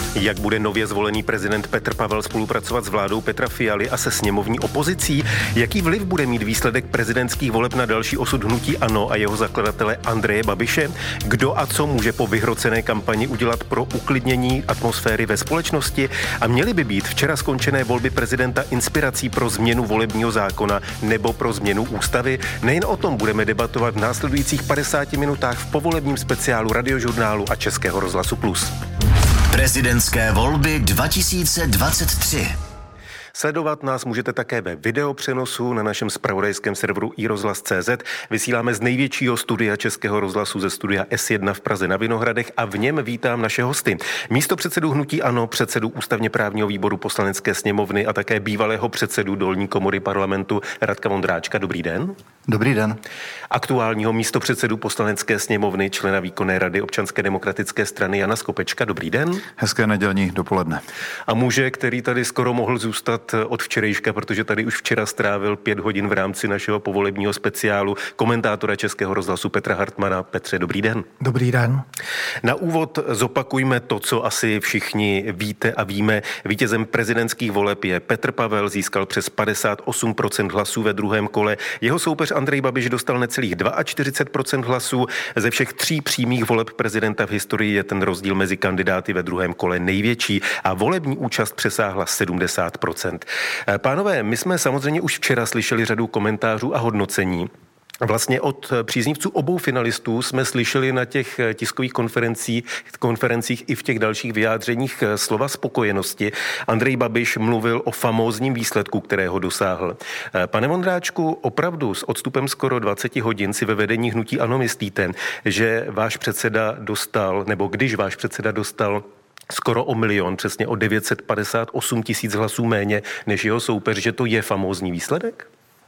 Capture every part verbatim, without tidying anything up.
Jak bude nově zvolený prezident Petr Pavel spolupracovat s vládou Petra Fialy a se sněmovní opozicí? Jaký vliv bude mít výsledek prezidentských voleb na další osud hnutí ANO a jeho zakladatele Andreje Babiše? Kdo a co může po vyhrocené kampani udělat pro uklidnění atmosféry ve společnosti? A měly by být včera skončené volby prezidenta inspirací pro změnu volebního zákona nebo pro změnu ústavy? Nejen o tom budeme debatovat v následujících padesáti minutách v povolebním speciálu Radiožurnálu a Českého rozhlasu Plus. Prezidentské volby dva tisíce dvacet tři. Sledovat nás můžete také ve videopřenosu na našem zpravodajském serveru i rozhlas tečka cé zet. Vysíláme z největšího studia Českého rozhlasu, ze studia es jedna v Praze na Vinohradech, a v něm vítám naše hosty. Místopředsedu hnutí ANO, předsedu ústavně právního výboru Poslanecké sněmovny a také bývalého předsedu dolní komory parlamentu Radka Vondráčka. Dobrý den. Dobrý den. Aktuálního místopředsedu Poslanecké sněmovny, člena výkonné rady Občanské demokratické strany Jana Skopečka. Dobrý den. Hezké nedělní dopoledne. A muže, který tady skoro mohl zůstat od včerejška, protože tady už včera strávil pět hodin v rámci našeho povolebního speciálu, komentátora Českého rozhlasu Petra Hartmana. Petře, dobrý den. Dobrý den. Na úvod zopakujme to, co asi všichni víte a víme. Vítězem prezidentských voleb je Petr Pavel, získal přes padesát osm procent hlasů ve druhém kole. Jeho soupeř Andrej Babiš dostal necelých čtyřicet dva procent hlasů. Ze všech tří přímých voleb prezidenta v historii je ten rozdíl mezi kandidáty ve druhém kole největší a volební účast přesáhla sedmdesát procent. Pánové, my jsme samozřejmě už včera slyšeli řadu komentářů a hodnocení. Vlastně od příznivců obou finalistů jsme slyšeli na těch tiskových konferencích, konferencích i v těch dalších vyjádřeních slova spokojenosti. Andrej Babiš mluvil o famózním výsledku, kterého dosáhl. Pane Vondráčku, opravdu s odstupem skoro dvacet hodin si ve vedení hnutí ANO myslíte, že váš předseda dostal, nebo když váš předseda dostal skoro o milion, přesně o devět set padesát osm tisíc hlasů méně než jeho soupeř, že to je famózní výsledek?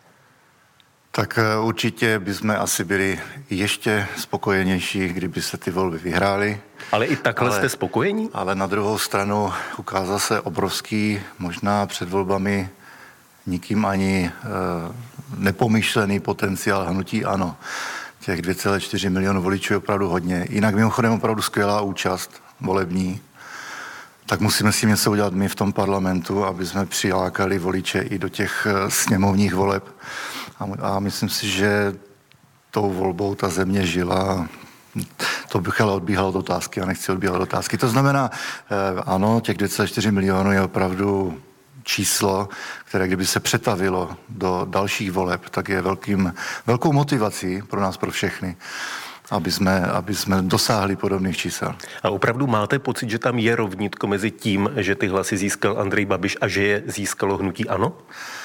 Tak určitě bychom asi byli ještě spokojenější, kdyby se ty volby vyhrály. Ale i takhle ale, jste spokojení? Ale na druhou stranu ukázal se obrovský, možná před volbami nikým ani e, nepomyšlený potenciál hnutí ANO. Těch dvě celé čtyři milionu voličů je opravdu hodně. Jinak mimochodem opravdu skvělá účast volební. Tak musíme si něco udělat my v tom parlamentu, aby jsme přilákali voliče i do těch sněmovních voleb. A myslím si, že tou volbou ta země žila. To bych ale odbíhal od otázky a nechci odbíhat od otázky. To znamená, ano, těch dvě celé čtyři milionu je opravdu číslo, které kdyby se přetavilo do dalších voleb, tak je velkým, velkou motivací pro nás, pro všechny, aby jsme, aby jsme dosáhli podobných čísel. A opravdu máte pocit, že tam je rovnítko mezi tím, že ty hlasy získal Andrej Babiš a že je získalo hnutí ANO?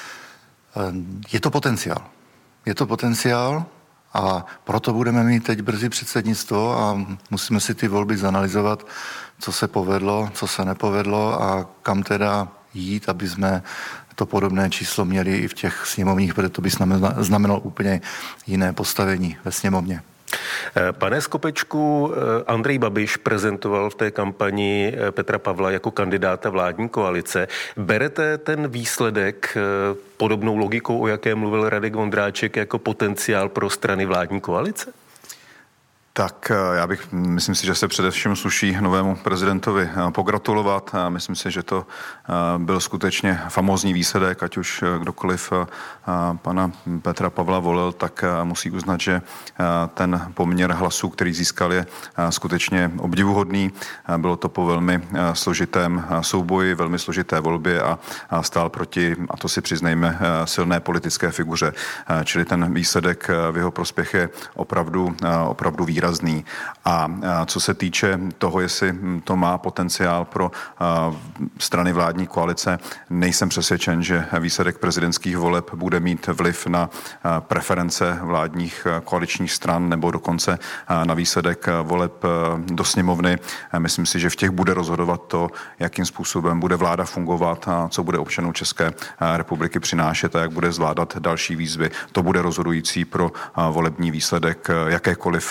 Je to potenciál. Je to potenciál a proto budeme mít teď brzy předsednictvo a musíme si ty volby zanalyzovat, co se povedlo, co se nepovedlo a kam teda jít, aby jsme to podobné číslo měli i v těch sněmovních, protože to by znamenalo úplně jiné postavení ve sněmovně. Pane Skopečku, Andrej Babiš prezentoval v té kampani Petra Pavla jako kandidáta vládní koalice. Berete ten výsledek podobnou logikou, o jaké mluvil Radek Vondráček, jako potenciál pro strany vládní koalice? Tak já bych, myslím si, že se především sluší novému prezidentovi pogratulovat. Myslím si, že to byl skutečně famózní výsledek, ať už kdokoliv pana Petra Pavla volil, tak musí uznat, že ten poměr hlasů, který získal, je skutečně obdivuhodný. Bylo to po velmi složitém souboji, velmi složité volbě a stál proti, a to si přiznejme, silné politické figuře. Čili ten výsledek v jeho prospěch je opravdu, opravdu výrazný. A co se týče toho, jestli to má potenciál pro strany vládní koalice, nejsem přesvědčen, že výsledek prezidentských voleb bude mít vliv na preference vládních koaličních stran nebo dokonce na výsledek voleb do sněmovny. Myslím si, že v těch bude rozhodovat to, jakým způsobem bude vláda fungovat a co bude občanům České republiky přinášet a jak bude zvládat další výzvy. To bude rozhodující pro volební výsledek jakékoliv vlády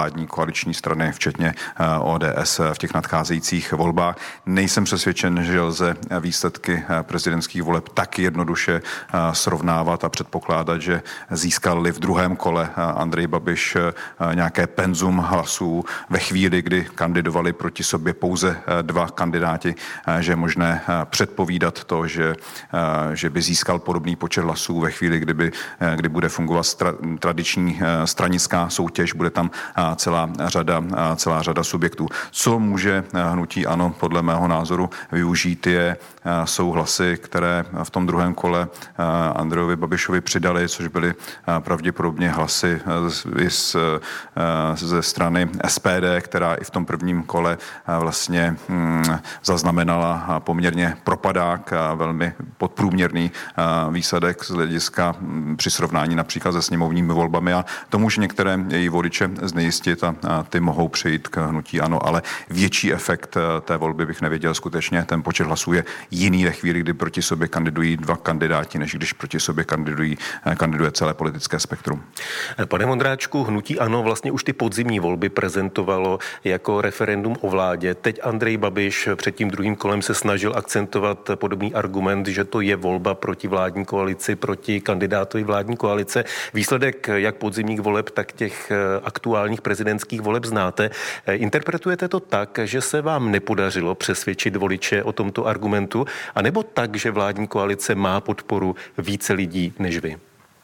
vládní koaliční strany, včetně O D S v těch nadcházejících volbách. Nejsem přesvědčen, že lze výsledky prezidentských voleb tak jednoduše srovnávat a předpokládat, že získal-li v druhém kole Andrej Babiš nějaké penzum hlasů ve chvíli, kdy kandidovali proti sobě pouze dva kandidáti, že je možné předpovídat to, že, že by získal podobný počet hlasů ve chvíli, kdyby, kdy bude fungovat stra, tradiční stranická soutěž, bude tam celá řada, celá řada subjektů. Co může hnutí ANO podle mého názoru využít, je, jsou hlasy, které v tom druhém kole Andrejovi Babišovi přidali, což byly pravděpodobně hlasy z, ze strany S P D, která i v tom prvním kole vlastně zaznamenala poměrně propadák, velmi podprůměrný výsledek z hlediska při srovnání například se sněmovními volbami a to může některé její voliče znejistit a, a ty mohou přejít k hnutí ANO, ale větší efekt té volby bych nevěděl skutečně. Ten počet hlasů je jiný ve chvíli, kdy proti sobě kandidují dva kandidáti, než když proti sobě kandidují, kandiduje celé politické spektrum. Pane Vondráčku, hnutí ANO vlastně už ty podzimní volby prezentovalo jako referendum o vládě. Teď Andrej Babiš před tím druhým kolem se snažil akcentovat podobný argument, že to je volba proti vládní koalici, proti kandidátovi vládní koalice. Výsledek jak podzimních voleb, tak těch aktuálních prezidentských voleb znáte. Interpretujete to tak, že se vám nepodařilo přesvědčit voliče o tomto argumentu, anebo tak, že vládní koalice má podporu více lidí než vy?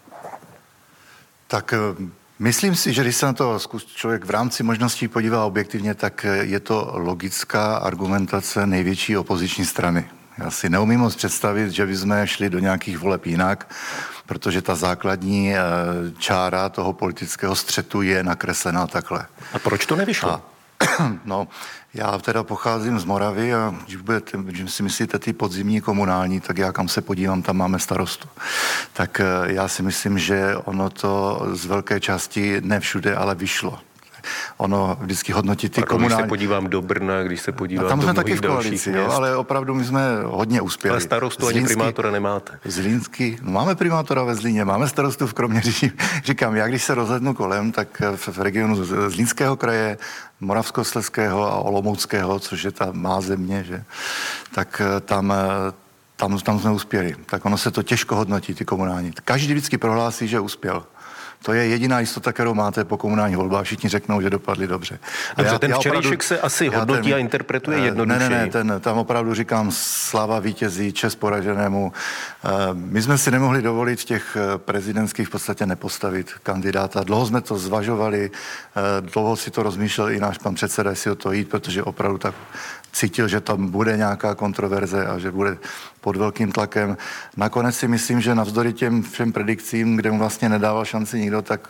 Tak myslím si, že když se na to člověk v rámci možností podívá objektivně, tak je to logická argumentace největší opoziční strany. Já si neumím moc představit, že bychom šli do nějakých voleb jinak, protože ta základní čára toho politického střetu je nakreslená takhle. A proč to nevyšlo? A, no, já teda pocházím z Moravy a když, budete, když si myslíte ty podzimní komunální, tak já kam se podívám, tam máme starostu. Tak já si myslím, že ono to z velké části ne všude, ale vyšlo. Ono vždycky hodnotí ty Pardon, komunální... Když se podívám do Brna, když se podívám no, tam do jsme mnohých taky v koalici, jo, ale opravdu my jsme hodně uspěli. Ale starostu ani primátora nemáte. Zlínský, no máme primátora ve Zlíně, máme starostu v Kroměříži. Říkám, já když se rozhlednu kolem, tak v regionu Zlínského kraje, Moravskoslezského a Olomouckého, což je ta má země, že, tak tam... Tam, tam jsme uspěli. Tak ono se to těžko hodnotí, ty komunální. Každý vždycky prohlásí, že uspěl. To je jediná jistota, kterou máte po komunálních volbách. Všichni řeknou, že dopadli dobře. Dobře, já, ten včerejšek se asi hodnotí ten, a interpretuje jednodušeji. Ne, ne, ne, ten, tam opravdu říkám sláva vítězí, čest poraženému. My jsme si nemohli dovolit v těch prezidentských v podstatě nepostavit kandidáta. Dlouho jsme to zvažovali, dlouho si to rozmýšlel i náš pan předseda, jestli o to jít, protože opravdu tak cítil, že tam bude nějaká kontroverze a že bude pod velkým tlakem. Nakonec si myslím, že navzdory těm všem predikcím, kde mu vlastně nedával šanci nikdo, tak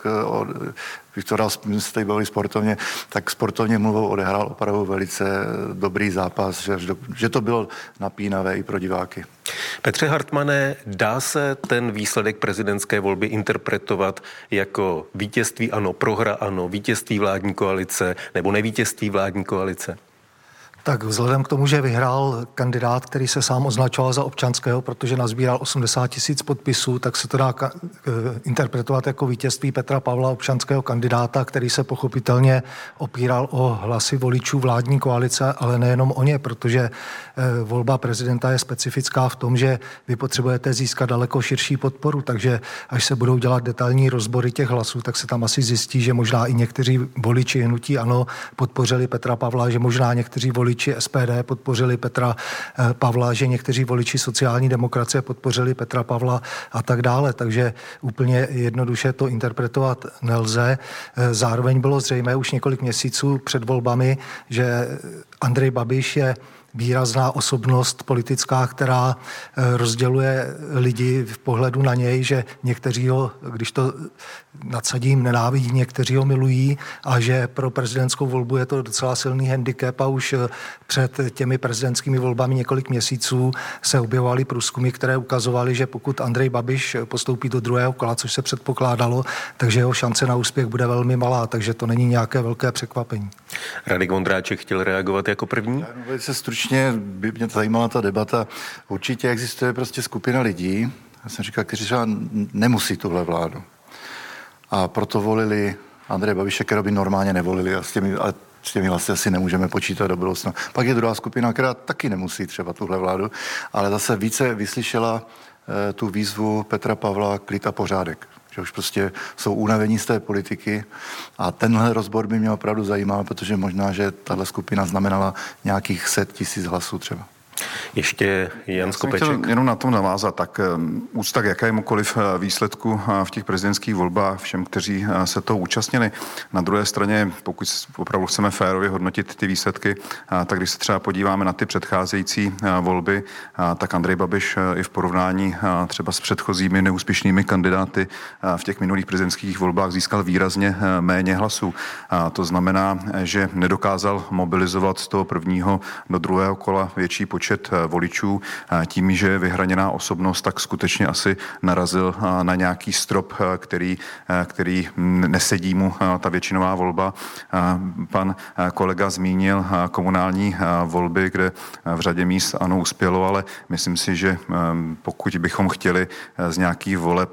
bych to dal, my se tady bavili sportovně, tak sportovně mluvou odehrál opravdu velice dobrý zápas, že, že to bylo napínavé i pro diváky. Petře Hartmane, dá se ten výsledek prezidentské volby interpretovat jako vítězství ANO, prohra ANO, vítězství vládní koalice nebo nevítězství vládní koalice? Tak vzhledem k tomu, že vyhrál kandidát, který se sám označoval za občanského, protože nazbíral osmdesát tisíc podpisů, tak se to dá ka- interpretovat jako vítězství Petra Pavla, občanského kandidáta, který se pochopitelně opíral o hlasy voličů vládní koalice, ale nejenom o ně, protože e, volba prezidenta je specifická v tom, že vy potřebujete získat daleko širší podporu, takže až se budou dělat detailní rozbory těch hlasů, tak se tam asi zjistí, že možná i někteří voliči hnutí ANO podpořili Petra Pavla, že možná někteří voliči S P D podpořili Petra Pavla, že někteří voliči sociální demokracie podpořili Petra Pavla a tak dále. Takže úplně jednoduše to interpretovat nelze. Zároveň bylo zřejmé už několik měsíců před volbami, že Andrej Babiš je výrazná osobnost politická, která rozděluje lidi v pohledu na něj, že někteří ho, když to nadsadím, nenávidí, někteří ho milují a že pro prezidentskou volbu je to docela silný handicap a už před těmi prezidentskými volbami několik měsíců se objevovaly průzkumy, které ukazovaly, že pokud Andrej Babiš postoupí do druhého kola, což se předpokládalo, takže jeho šance na úspěch bude velmi malá, takže to není nějaké velké překvapení. Radek Vondráček chtěl reagovat jako první? Já velice stručně by mě zajímala ta debata. Určitě existuje prostě skupina lidí, já jsem říkal, kteří třeba nemusí tuhle vládu. A proto volili Andreje Babiše, kterého by normálně nevolili a s těmi, a s těmi hlasy asi nemůžeme počítat do budoucna. Pak je druhá skupina, která taky nemusí třeba tuhle vládu, ale zase více vyslyšela eh, tu výzvu Petra Pavla klid a pořádek. Že už prostě jsou unavení z té politiky a tenhle rozbor by mě opravdu zajímal, protože možná, že tahle skupina znamenala nějakých set tisíc hlasů třeba. Ještě Jan Skopeček. Jenom na tom navázat, tak úcta k jakémukoliv výsledku v těch prezidentských volbách všem, kteří se toho účastnili. Na druhé straně, pokud opravdu chceme férově hodnotit ty výsledky, tak když se třeba podíváme na ty předcházející volby, tak Andrej Babiš i v porovnání třeba s předchozími neúspěšnými kandidáty v těch minulých prezidentských volbách získal výrazně méně hlasů. To znamená, že nedokázal mobilizovat z toho prvního do druhého kola větší počet voličů. Tím, že je vyhraněná osobnost, tak skutečně asi narazil na nějaký strop, který, který nesedí mu ta většinová volba. Pan kolega zmínil komunální volby, kde v řadě míst ano uspělo, ale myslím si, že pokud bychom chtěli z nějakých voleb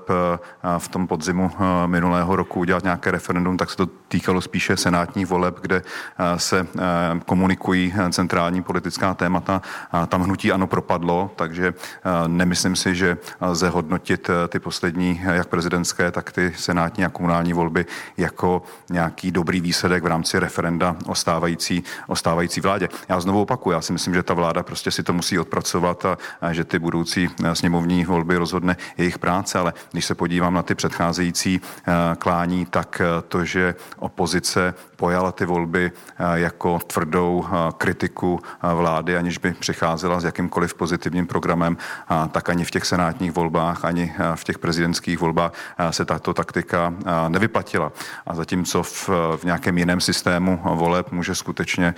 v tom podzimu minulého roku udělat nějaké referendum, tak se to týkalo spíše senátních voleb, kde se komunikují centrální politická témata. Tam hnutí ano propadlo, takže nemyslím si, že lze hodnotit ty poslední, jak prezidentské, tak ty senátní a komunální volby jako nějaký dobrý výsledek v rámci referenda o stávající, o stávající vládě. Já znovu opakuju, já si myslím, že ta vláda prostě si to musí odpracovat a, a že ty budoucí sněmovní volby rozhodne jejich práce, ale když se podívám na ty předcházející klání, tak to, že opozice pojala ty volby jako tvrdou kritiku vlády, aniž by přicházela s jakýmkoliv pozitivním programem, tak ani v těch senátních volbách, ani v těch prezidentských volbách se tato taktika nevyplatila. A zatímco v, v nějakém jiném systému voleb může skutečně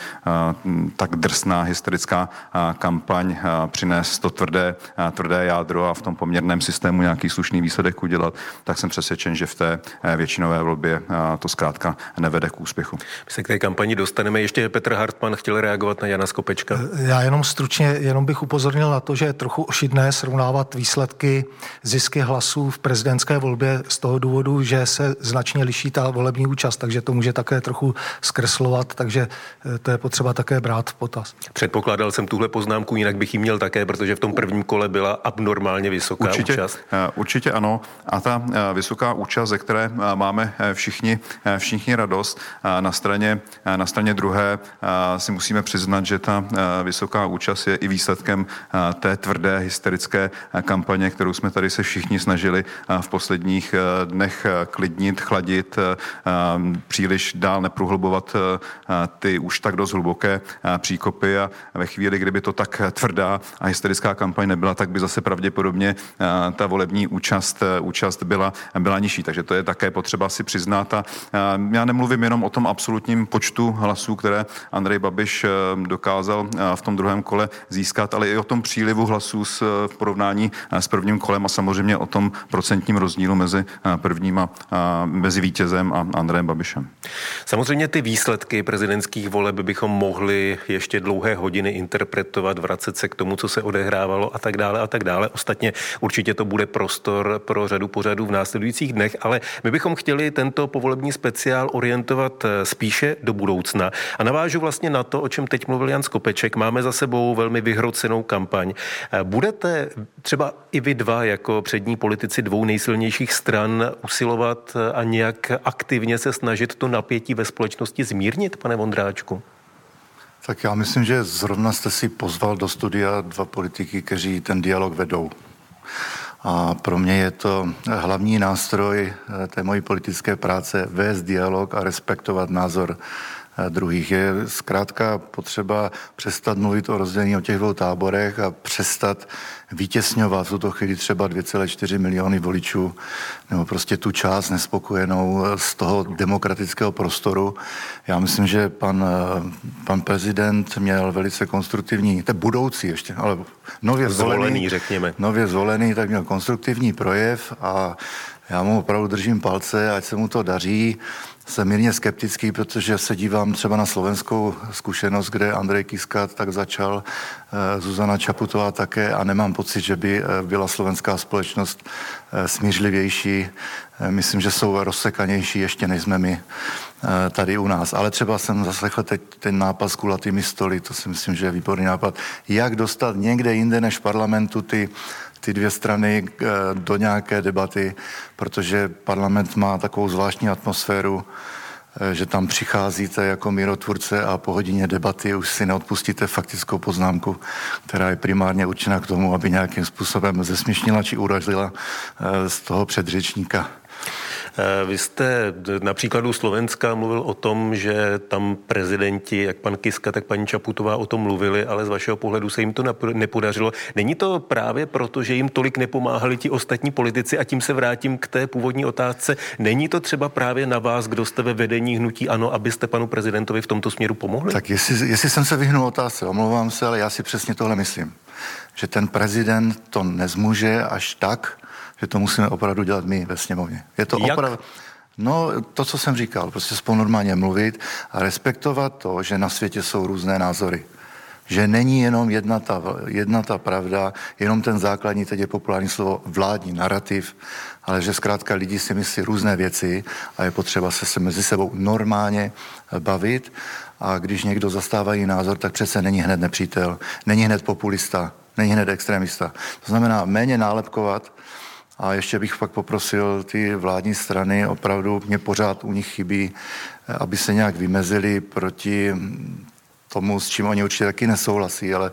tak drsná hysterická kampaň přinést to tvrdé, tvrdé jádro a v tom poměrném systému nějaký slušný výsledek udělat, tak jsem přesvědčen, že v té většinové volbě to zkrátka nevede k úspěchu. My se k té kampani dostaneme. Ještě Petr Hartmann chtěl reagovat na Jana Skopečka. Já jenom stručně, jenom bych upozornil na to, že je trochu ošidné srovnávat výsledky zisky hlasů v prezidentské volbě z toho důvodu, že se značně liší ta volební účast, takže to může také trochu zkreslovat, takže to je potřeba také brát v potaz. Předpokládal jsem tuhle poznámku, jinak bych ji měl také, protože v tom prvním kole byla abnormálně vysoká určitě, účast. Určitě ano. A ta vysoká účast, ze které máme všichni, všichni radost, na straně, na straně druhé si musíme přiznat, že ta vysoká účast je i výsledkem té tvrdé hysterické kampaně, kterou jsme tady se všichni snažili v posledních dnech klidnit, chladit, příliš dál neprohlubovat ty už tak dost hluboké příkopy a ve chvíli, kdyby to tak tvrdá a hysterická kampaň nebyla, tak by zase pravděpodobně ta volební účast, účast byla, byla nižší. Takže to je také potřeba si přiznat a já nemluvím jenom o tom absolutním počtu hlasů, které Andrej Babiš dokázal v tom druhém kole získat, ale i o tom přílivu hlasů v porovnání s prvním kolem a samozřejmě o tom procentním rozdílu mezi prvním a mezi vítězem a Andrejem Babišem. Samozřejmě ty výsledky prezidentských voleb bychom mohli ještě dlouhé hodiny interpretovat, vracet se k tomu, co se odehrávalo a tak dále a tak dále. Ostatně určitě to bude prostor pro řadu pořadů v následujících dnech, ale my bychom chtěli tento povolební speciál orientovat spíše do budoucna. A navážu vlastně na to, o čem teď mluvil Jan Skopeček. Máme za sebou velmi vyhrocenou kampaň. Budete třeba i vy dva jako přední politici dvou nejsilnějších stran usilovat a nějak aktivně se snažit to napětí ve společnosti zmírnit, pane Vondráčku? Tak já myslím, že zrovna jste si pozval do studia dva politiky, kteří ten dialog vedou. A pro mě je to hlavní nástroj té mojí politické práce vést dialog a respektovat názor druhých. Je zkrátka potřeba přestat mluvit o rozdělení o těch dvou táborech a přestat vytěsňovat v tuto chvíli třeba dvě celé čtyři miliony voličů nebo prostě tu část nespokojenou z toho demokratického prostoru. Já myslím, že pan, pan prezident měl velice konstruktivní, to je budoucí ještě, ale nově zvolený, zvolený, řekněme. Nově zvolený, tak měl konstruktivní projev a Já mu opravdu držím palce, ať se mu to daří. Jsem mírně skeptický, protože se dívám třeba na slovenskou zkušenost, kde Andrej Kiska tak začal, Zuzana Čaputová také, a nemám pocit, že by byla slovenská společnost smířlivější. Myslím, že jsou rozsekanější ještě než jsme my tady u nás. Ale třeba jsem zaslechl teď ten nápad s kulatými stoly, to si myslím, že je výborný nápad. Jak dostat někde jinde než v parlamentu ty ty dvě strany do nějaké debaty, protože parlament má takovou zvláštní atmosféru, že tam přicházíte jako mírotvůrce a po hodině debaty už si neodpustíte faktickou poznámku, která je primárně určena k tomu, aby nějakým způsobem zesměšnila či uražila z toho předřečníka. Vy jste na příkladu Slovenska mluvil o tom, že tam prezidenti, jak pan Kiska, tak paní Čaputová o tom mluvili, ale z vašeho pohledu se jim to nepodařilo. Není to právě proto, že jim tolik nepomáhali ti ostatní politici, a tím se vrátím k té původní otázce. Není to třeba právě na vás, kdo jste ve vedení hnutí ANO, abyste panu prezidentovi v tomto směru pomohli? Tak jestli, jestli jsem se vyhnul otázce, omlouvám se, ale já si přesně tohle myslím. Že ten prezident to nezmůže až tak, že to musíme opravdu dělat my ve sněmovně. Je to opravdu... No, to, co jsem říkal, prostě spolu normálně mluvit a respektovat to, že na světě jsou různé názory. Že není jenom jedna ta, jedna ta pravda, jenom ten základní, teď je populární slovo, vládní narrativ, ale že zkrátka lidi si myslí různé věci a je potřeba se, se mezi sebou normálně bavit, a když někdo zastává jiný názor, tak přece není hned nepřítel, není hned populista, není hned extremista. To znamená méně nálepkovat. A ještě bych pak poprosil ty vládní strany, opravdu mě pořád u nich chybí, aby se nějak vymezili proti tomu, s čím oni určitě taky nesouhlasí, ale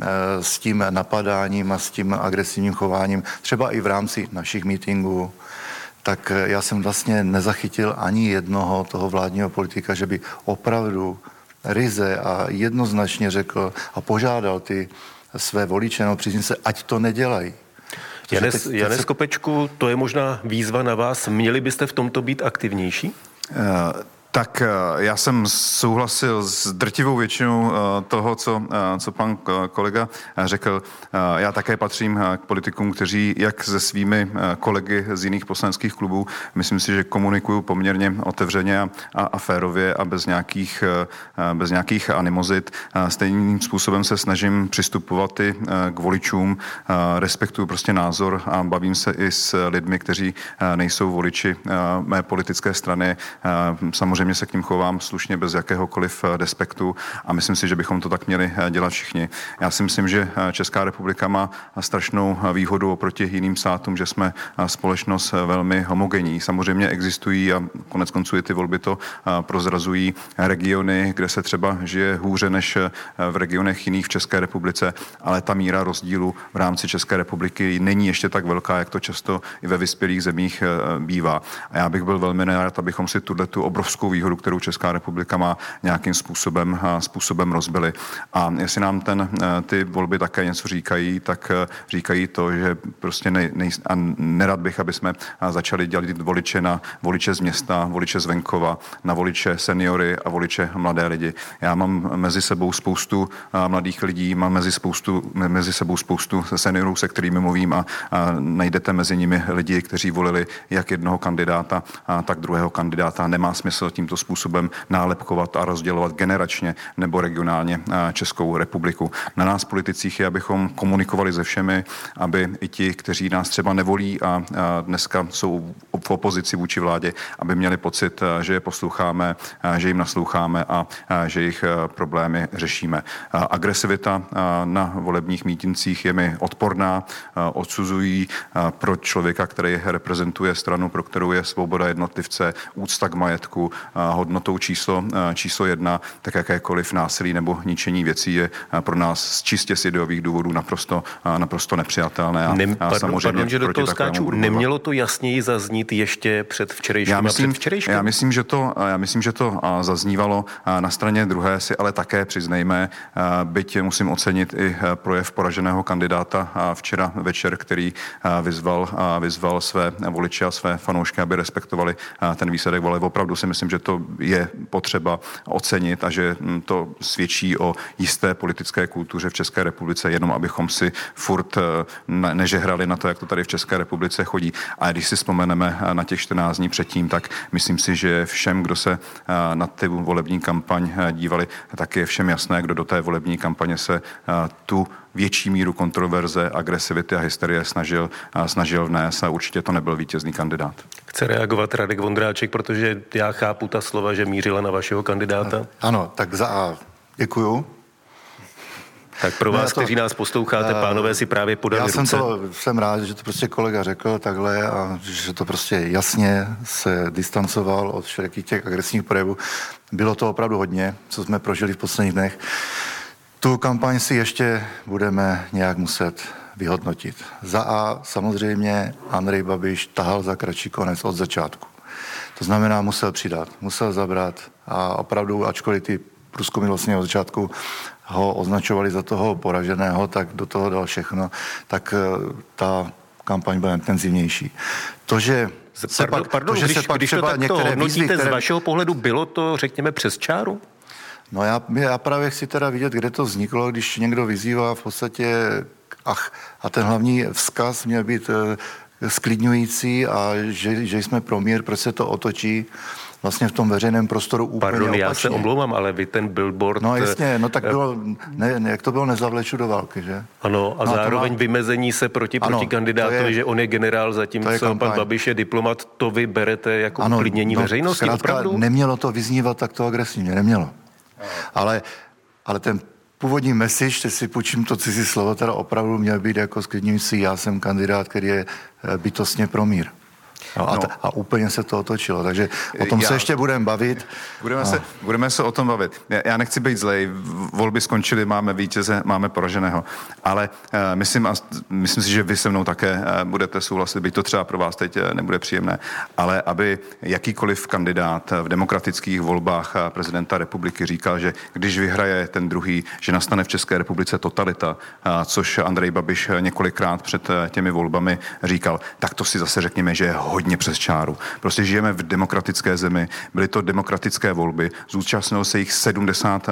s tím napadáním a s tím agresivním chováním, třeba i v rámci našich mítinků. Tak já jsem vlastně nezachytil ani jednoho toho vládního politika, že by opravdu ryze a jednoznačně řekl a požádal ty své voliče, no přiznám se, ať to nedělají. Jane, Jane Skopečku, to je možná výzva na vás. Měli byste v tomto být aktivnější? Uh... Tak já jsem souhlasil s drtivou většinou toho, co, co pan kolega řekl. Já také patřím k politikům, kteří jak se svými kolegy z jiných poslaneckých klubů, myslím si, že komunikují poměrně otevřeně a, a férově a bez nějakých, bez nějakých animozit. Stejným způsobem se snažím přistupovat i k voličům, respektuju prostě názor a bavím se i s lidmi, kteří nejsou voliči mé politické strany. Samozřejmě Samozřejmě se k ním chovám slušně bez jakéhokoliv despektu a myslím si, že bychom to tak měli dělat všichni. Já si myslím, že Česká republika má strašnou výhodu oproti jiným státům, že jsme společnost velmi homogenní. Samozřejmě existují a konec konců i ty volby to prozrazují regiony, kde se třeba žije hůře než v regionech jiných v České republice, ale ta míra rozdílu v rámci České republiky není ještě tak velká, jak to často i ve vyspělých zemích bývá. A já bych byl velmi nerad, abychom si tuto obrovskou výhodu, kterou Česká republika má, nějakým způsobem, způsobem rozbili. A jestli nám ten, ty volby také něco říkají, tak říkají to, že prostě nej, nej, a nerad bych, aby jsme začali dělat voliče na voliče z města, voliče z venkova, na voliče seniory a voliče mladé lidi. Já mám mezi sebou spoustu mladých lidí, mám mezi, spoustu, mezi sebou spoustu seniorů, se kterými mluvím a, a najdete mezi nimi lidi, kteří volili jak jednoho kandidáta, a tak druhého kandidáta. Nemá smysl tímto způsobem nálepkovat a rozdělovat generačně nebo regionálně Českou republiku. Na nás politicích je, abychom komunikovali se všemi, aby i ti, kteří nás třeba nevolí a dneska jsou v opozici vůči vládě, aby měli pocit, že je posloucháme, že jim nasloucháme a že jejich problémy řešíme. Agresivita na volebních mítincích je mi odporná, odsuzují pro člověka, který reprezentuje stranu, pro kterou je svoboda jednotlivce, úcta k majetku, hodnotou číslo, číslo jedna, tak jakékoliv násilí nebo ničení věcí je pro nás z čistě z ideových důvodů naprosto, naprosto nepřijatelné. A, Nem, a pardon, samozřejmě pardon, že do toho skáču. Nemělo to jasněji zaznít ještě před včerejškem já myslím, a před včerejškem? Já myslím, že to, já myslím, že to zaznívalo. Na straně druhé si ale také přiznejme, byť musím ocenit i projev poraženého kandidáta včera večer, který vyzval, vyzval své voliče a své fanoušky, aby respektovali ten výsledek voleb. Opravdu si myslím, že to je potřeba ocenit a že to svědčí o jisté politické kultuře v České republice, jenom abychom si furt nežehrali na to, jak to tady v České republice chodí. A když si vzpomeneme na těch čtrnáct dní předtím, tak myslím si, že všem, kdo se na ty volební kampaň dívali, tak je všem jasné, kdo do té volební kampaně se tu větší míru kontroverze, agresivity a hysterie snažil, snažil vnést a určitě to nebyl vítězný kandidát. Chce reagovat Radek Vondráček, protože já chápu ta slova, že mířila na vašeho kandidáta. Ano, tak za A děkuju. Tak pro vás, no to, kteří nás posloucháte, pánové, si právě podali Já jsem ruce. to, jsem rád, že to prostě kolega řekl takhle a že to prostě jasně se distancoval od všelijakých těch agresivních projevů. Bylo to opravdu hodně, co jsme prožili v posledních dnech. Tu kampaň si ještě budeme nějak muset vyhodnotit. Za A samozřejmě Andrej Babiš tahal za kratší konec od začátku. To znamená, musel přidat, musel zabrat a opravdu, ačkoliv ty průzkumy vlastně od začátku ho označovali za toho poraženého, tak do toho dal všechno, tak ta kampaň byla intenzivnější. To, že se pardon, pak, pardon, to, že když, se pak když to třeba takto některé hodnotíte výzvy, které... z vašeho pohledu, bylo to, řekněme, přes čáru? No já, já právě chci teda vidět, kde to vzniklo, když někdo vyzývá v podstatě, ach, a ten hlavní vzkaz měl být e, sklidňující a že, že jsme pro mír, proč se to otočí vlastně v tom veřejném prostoru úplně Pardon, opačně. já se omlouvám, ale vy ten billboard... No jasně, no tak bylo, ne, ne, jak to bylo, nezavleču do války, že? Ano, a no, zároveň má... vymezení se proti, ano, proti kandidátovi, je, že on je generál, zatímco pan Babiš je diplomat, to vy berete jako ano, uklidnění no, veřejnosti, zkrátka, opravdu? Nemělo to vyznívat takto agresivně, nemělo. Ale, ale ten původní message, teď si půjčím to cizí slovo, teda opravdu měl být jako sklidňující, já jsem kandidát, který je bytostně pro mír. No, a, no. t- a úplně se to otočilo, takže o tom já, se ještě budeme bavit. Budeme, a... se, budeme se o tom bavit. Já nechci být zlej, volby skončily, máme vítěze, máme poraženého, ale uh, myslím, a myslím si, že vy se mnou také uh, budete souhlasit, byť to třeba pro vás teď uh, nebude příjemné, ale aby jakýkoliv kandidát v demokratických volbách uh, prezidenta republiky říkal, že když vyhraje ten druhý, že nastane v České republice totalita, uh, což Andrej Babiš několikrát před uh, těmi volbami říkal, tak to si zase řekněme, že je hodně přes čáru. Prostě žijeme v demokratické zemi, byly to demokratické volby, zúčastnilo se jich sedmdesát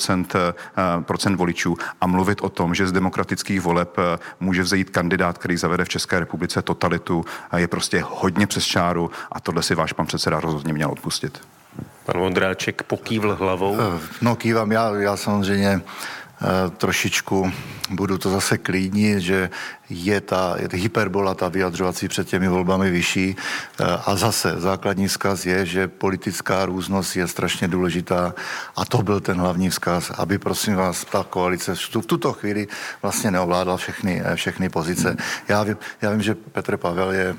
procent voličů a mluvit o tom, že z demokratických voleb může vzejít kandidát, který zavede v České republice totalitu, je prostě hodně přes čáru a tohle si váš pan předseda rozhodně měl odpustit. Pan Vondráček pokývl hlavou. No kývám, já, já samozřejmě trošičku budu to zase klidnit, že je ta je hyperbola, ta vyjadřovací před těmi volbami vyšší a zase základní vzkaz je, že politická různost je strašně důležitá a to byl ten hlavní vzkaz, aby prosím vás ta koalice v tuto chvíli vlastně neovládala všechny, všechny pozice. Já vím, já vím, že Petr Pavel je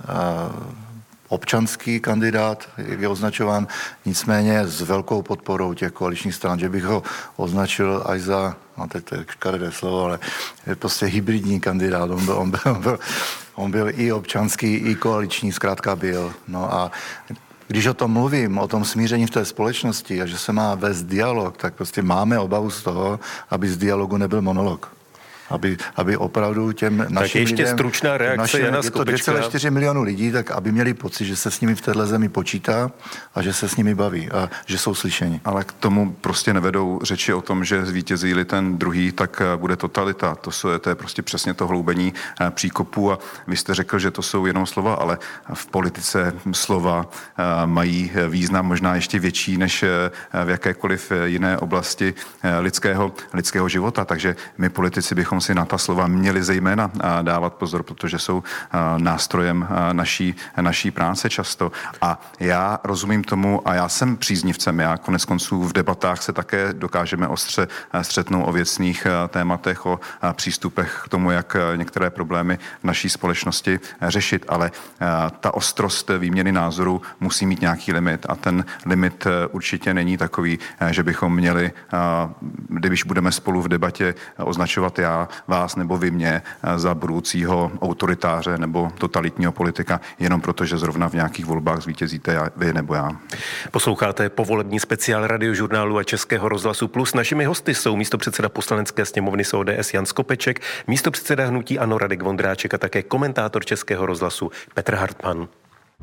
občanský kandidát, jak je označován, nicméně s velkou podporou těch koaličních stran, že bych ho označil až za, no teď to je škaredé slovo, ale je prostě hybridní kandidát, on byl, on byl, on byl, on byl i občanský, i koaliční, zkrátka byl. No a když o tom mluvím, o tom smíření v té společnosti a že se má vést dialog, tak prostě máme obavu z toho, aby z dialogu nebyl monolog. Aby, aby opravdu těm našim tak ještě lidem, stručná reakce našim, Jana Skopečka. Je to dvě celé čtyři milionů lidí, tak aby měli pocit, že se s nimi v téhle zemi počítá a že se s nimi baví a že jsou slyšeni. Ale k tomu prostě nevedou řeči o tom, že zvítězí-li ten druhý, tak bude totalita. To, jsou, to je prostě přesně to hloubení příkopů a vy jste řekl, že to jsou jenom slova, ale v politice slova mají význam možná ještě větší než v jakékoliv jiné oblasti lidského, lidského života. Takže my politici bychom si na ta slova měli zejména dávat pozor, protože jsou nástrojem naší, naší práce často. A já rozumím tomu a já jsem příznivcem. Já konec konců v debatách se také dokážeme ostře střetnout o věcných tématech, o přístupech k tomu, jak některé problémy v naší společnosti řešit. Ale ta ostrost výměny názorů musí mít nějaký limit a ten limit určitě není takový, že bychom měli, když budeme spolu v debatě označovat já, vás nebo vy mě za budoucího autoritáře nebo totalitního politika, jenom proto, že zrovna v nějakých volbách zvítězíte vy nebo já. Posloucháte povolební speciál Radiožurnálu a Českého rozhlasu Plus. Našimi hosty jsou místopředseda poslanecké sněmovny z O D S Jan Skopeček, místopředseda hnutí ANO Radek Vondráček a také komentátor Českého rozhlasu Petr Hartmann.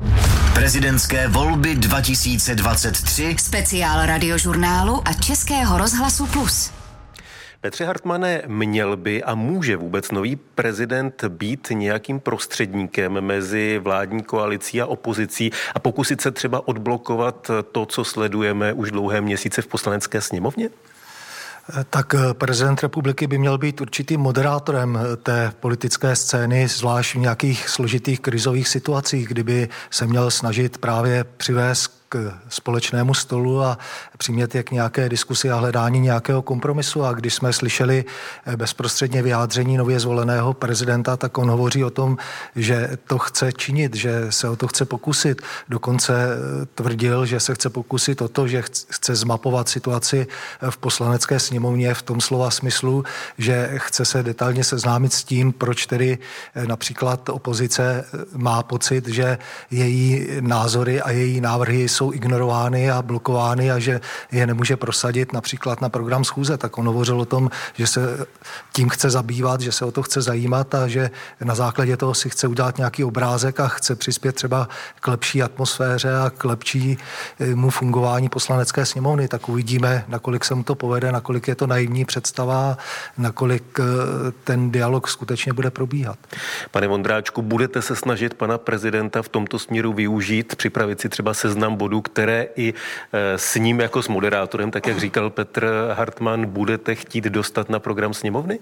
Prezidentské volby dva tisíce dvacet tři. Speciál Radiožurnálu a Českého rozhlasu Plus. Petře Hartmane, měl by a může vůbec nový prezident být nějakým prostředníkem mezi vládní koalicí a opozicí a pokusit se třeba odblokovat to, co sledujeme už dlouhé měsíce v Poslanecké sněmovně? Tak prezident republiky by měl být určitým moderátorem té politické scény, zvlášť v nějakých složitých krizových situacích, kdyby se měl snažit právě přivést k společnému stolu a přimět je k nějaké diskusi a hledání nějakého kompromisu. A když jsme slyšeli bezprostředně vyjádření nově zvoleného prezidenta, tak on hovoří o tom, že to chce činit, že se o to chce pokusit. Dokonce tvrdil, že se chce pokusit o to, že chce zmapovat situaci v Poslanecké sněmovně v tom slova smyslu, že chce se detailně seznámit s tím, proč tedy například opozice má pocit, že její názory a její návrhy jsou jsou ignorovány a blokovány a že je nemůže prosadit například na program schůze. Tak on hovořil o tom, že se tím chce zabývat, že se o to chce zajímat a že na základě toho si chce udělat nějaký obrázek a chce přispět třeba k lepší atmosféře a k lepšímu fungování Poslanecké sněmovny. Tak uvidíme, nakolik se mu to povede, nakolik je to naivní představa, nakolik ten dialog skutečně bude probíhat. Pane Vondráčku, budete se snažit pana prezidenta v tomto směru využít, připravit si třeba seznam bodů, které i s ním jako s moderátorem, tak jak říkal Petr Hartman, budete chtít dostat na program sněmovny?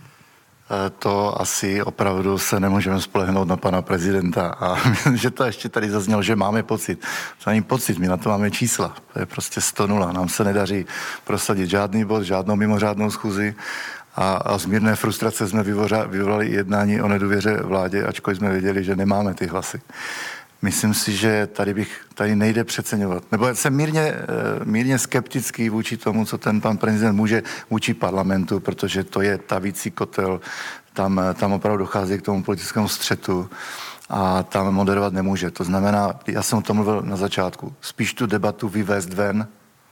To asi opravdu se nemůžeme spolehnout na pana prezidenta a že to ještě tady zaznělo, že máme pocit. To není pocit, my na to máme čísla. To je prostě sto nula. Nám se nedaří prosadit žádný bod, žádnou mimořádnou schůzi a, a z mírné frustrace jsme vyvolali jednání o nedůvěře vládě, ačkoliv jsme věděli, že nemáme ty hlasy. Myslím si, že tady bych, tady nejde přeceňovat. Nebo jsem mírně, mírně skeptický vůči tomu, co ten pan prezident může vůči parlamentu, protože to je tavící kotel, tam, tam opravdu dochází k tomu politickému střetu a tam moderovat nemůže. To znamená, já jsem o tom mluvil na začátku, spíš tu debatu vyvést ven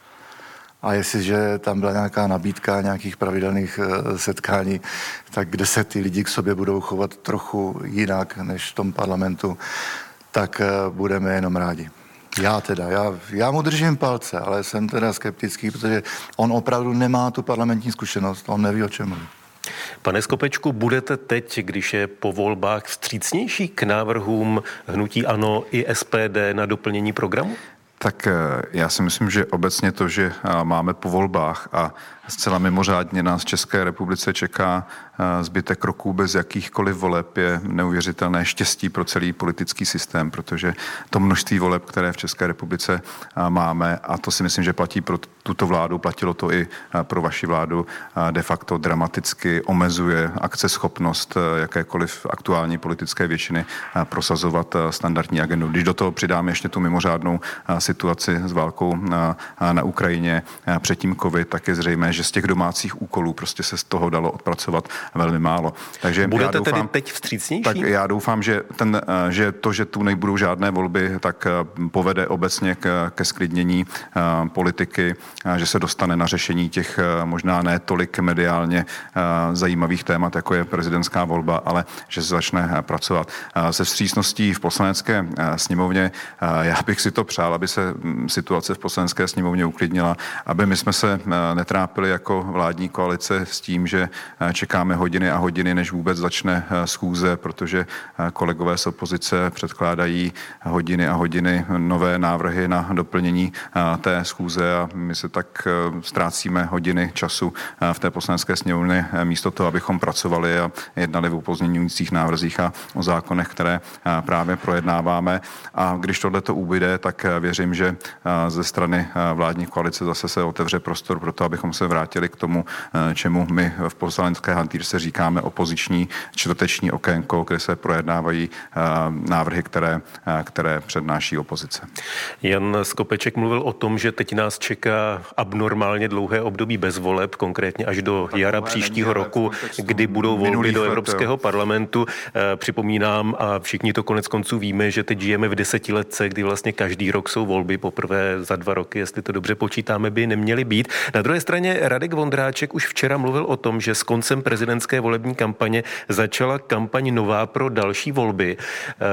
a jestliže tam byla nějaká nabídka nějakých pravidelných setkání, tak kde se ty lidi k sobě budou chovat trochu jinak než v tom parlamentu, tak budeme jenom rádi. Já teda, já, já mu držím palce, ale jsem teda skeptický, protože on opravdu nemá tu parlamentní zkušenost, on neví, o čem mluví. Pane Skopečku, budete teď, když je po volbách, vstřícnější k návrhům hnutí ANO i S P D na doplnění programu? Tak já si myslím, že obecně to, že máme po volbách a zcela mimořádně nás v České republice čeká zbytek roků bez jakýchkoliv voleb, je neuvěřitelné štěstí pro celý politický systém, protože to množství voleb, které v České republice máme, a to si myslím, že platí pro tuto vládu, platilo to i pro vaši vládu, de facto dramaticky omezuje akceschopnost jakékoliv aktuální politické většiny prosazovat standardní agendu. Když do toho přidáme ještě tu mimořádnou situaci s válkou na, na Ukrajině, předtím covid, tak je zřejmé, že z těch domácích úkolů prostě se z toho dalo odpracovat velmi málo. Takže budete já doufám, tedy teď vstřícnější? Tak já doufám, že, ten, že to, že tu nebudou žádné volby, tak povede obecně k, ke sklidnění politiky, že se dostane na řešení těch možná ne tolik mediálně zajímavých témat, jako je prezidentská volba, ale že se začne pracovat. Se vstřícností v Poslanecké sněmovně, já bych si to přál, aby se situace v Poslanecké sněmovně uklidnila, aby my jsme se netrápili jako vládní koalice s tím, že čekáme hodiny a hodiny, než vůbec začne schůze, protože kolegové z opozice předkládají hodiny a hodiny nové návrhy na doplnění té schůze a my se tak ztrácíme hodiny času v té Poslanecké sněmovně místo toho, abychom pracovali a jednali o pozměňujících návrzích a o zákonech, které právě projednáváme. A když tohleto ubyde, tak věřím, že ze strany vládní koalice zase se otevře prostor pro to, abychom se vrátili k tomu, čemu my v poslanecké hantýrce říkáme opoziční čtvrteční okénko, kde se projednávají návrhy, které, které přednáší opozice. Jan Skopeček mluvil o tom, že teď nás čeká abnormálně dlouhé období bez voleb, konkrétně až do jara příštího roku, kdy budou volby do Evropského parlamentu. Připomínám, a všichni to konec konců víme, že teď žijeme v desetiletce, kdy vlastně každý rok jsou volby, poprvé za dva roky, jestli to dobře počítáme, by neměly být. Na druhé straně Radek Vondráček už včera mluvil o tom, že s koncem prezidentské volební kampaně začala kampaň nová pro další volby.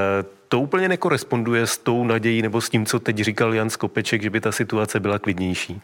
to úplně nekoresponduje s tou nadějí nebo s tím, co teď říkal Jan Skopeček, že by ta situace byla klidnější.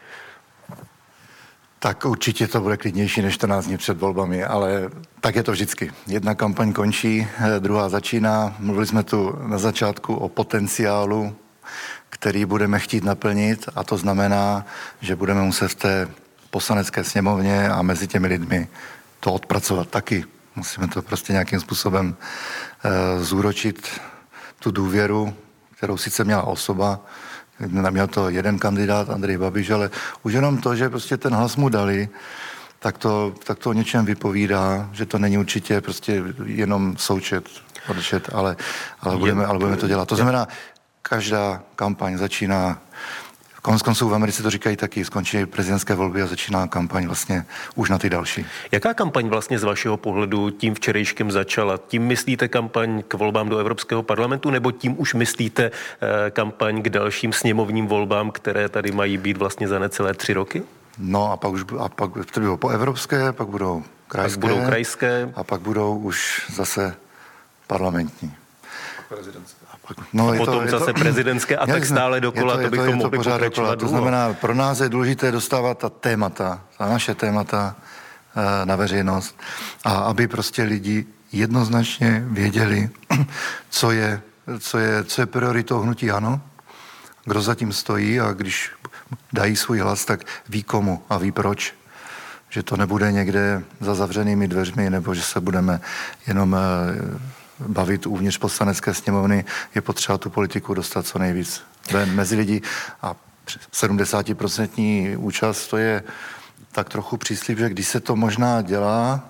Tak určitě to bude klidnější než čtrnáct dní před volbami, ale tak je to vždycky. Jedna kampaň končí, druhá začíná. Mluvili jsme tu na začátku o potenciálu, který budeme chtít naplnit, a to znamená, že budeme muset v té poslanecké sněmovně a mezi těmi lidmi to odpracovat taky. Musíme to prostě nějakým způsobem e, zúročit tu důvěru, kterou sice měla osoba, měl to jeden kandidát, Andrej Babiš, ale už jenom to, že prostě ten hlas mu dali, tak to, tak to o něčem vypovídá, že to není určitě prostě jenom součet, odčet, ale, ale, budeme, ale budeme to dělat. To znamená, každá kampaň začíná, konec konců v Americe to říkají taky, skončí prezidentské volby a začíná kampaň vlastně už na ty další. Jaká kampaň vlastně z vašeho pohledu tím včerejškem začala? Tím myslíte kampaň k volbám do Evropského parlamentu, nebo tím už myslíte eh, kampaň k dalším sněmovním volbám, které tady mají být vlastně za necelé tři roky? No a pak už a pak to bylo po evropské, pak budou krajské, pak budou krajské. A pak budou už zase parlamentní. Prezidentské. No, a je potom to, zase je to, prezidentské a tak stále dokola, to, to bychom to, mohli pokračovat. To znamená, pro nás je důležité dostávat ta témata, ta naše témata e, na veřejnost, a aby prostě lidi jednoznačně věděli, co je, co je, co je prioritou hnutí ANO, kdo za tím stojí, a když dají svůj hlas, tak ví komu a ví proč. Že to nebude někde za zavřenými dveřmi, nebo že se budeme jenom e, bavit uvnitř poslanecké sněmovny. Je potřeba tu politiku dostat co nejvíc mezi lidi, a sedmdesát procent účast, to je tak trochu příslib, že když se to možná dělá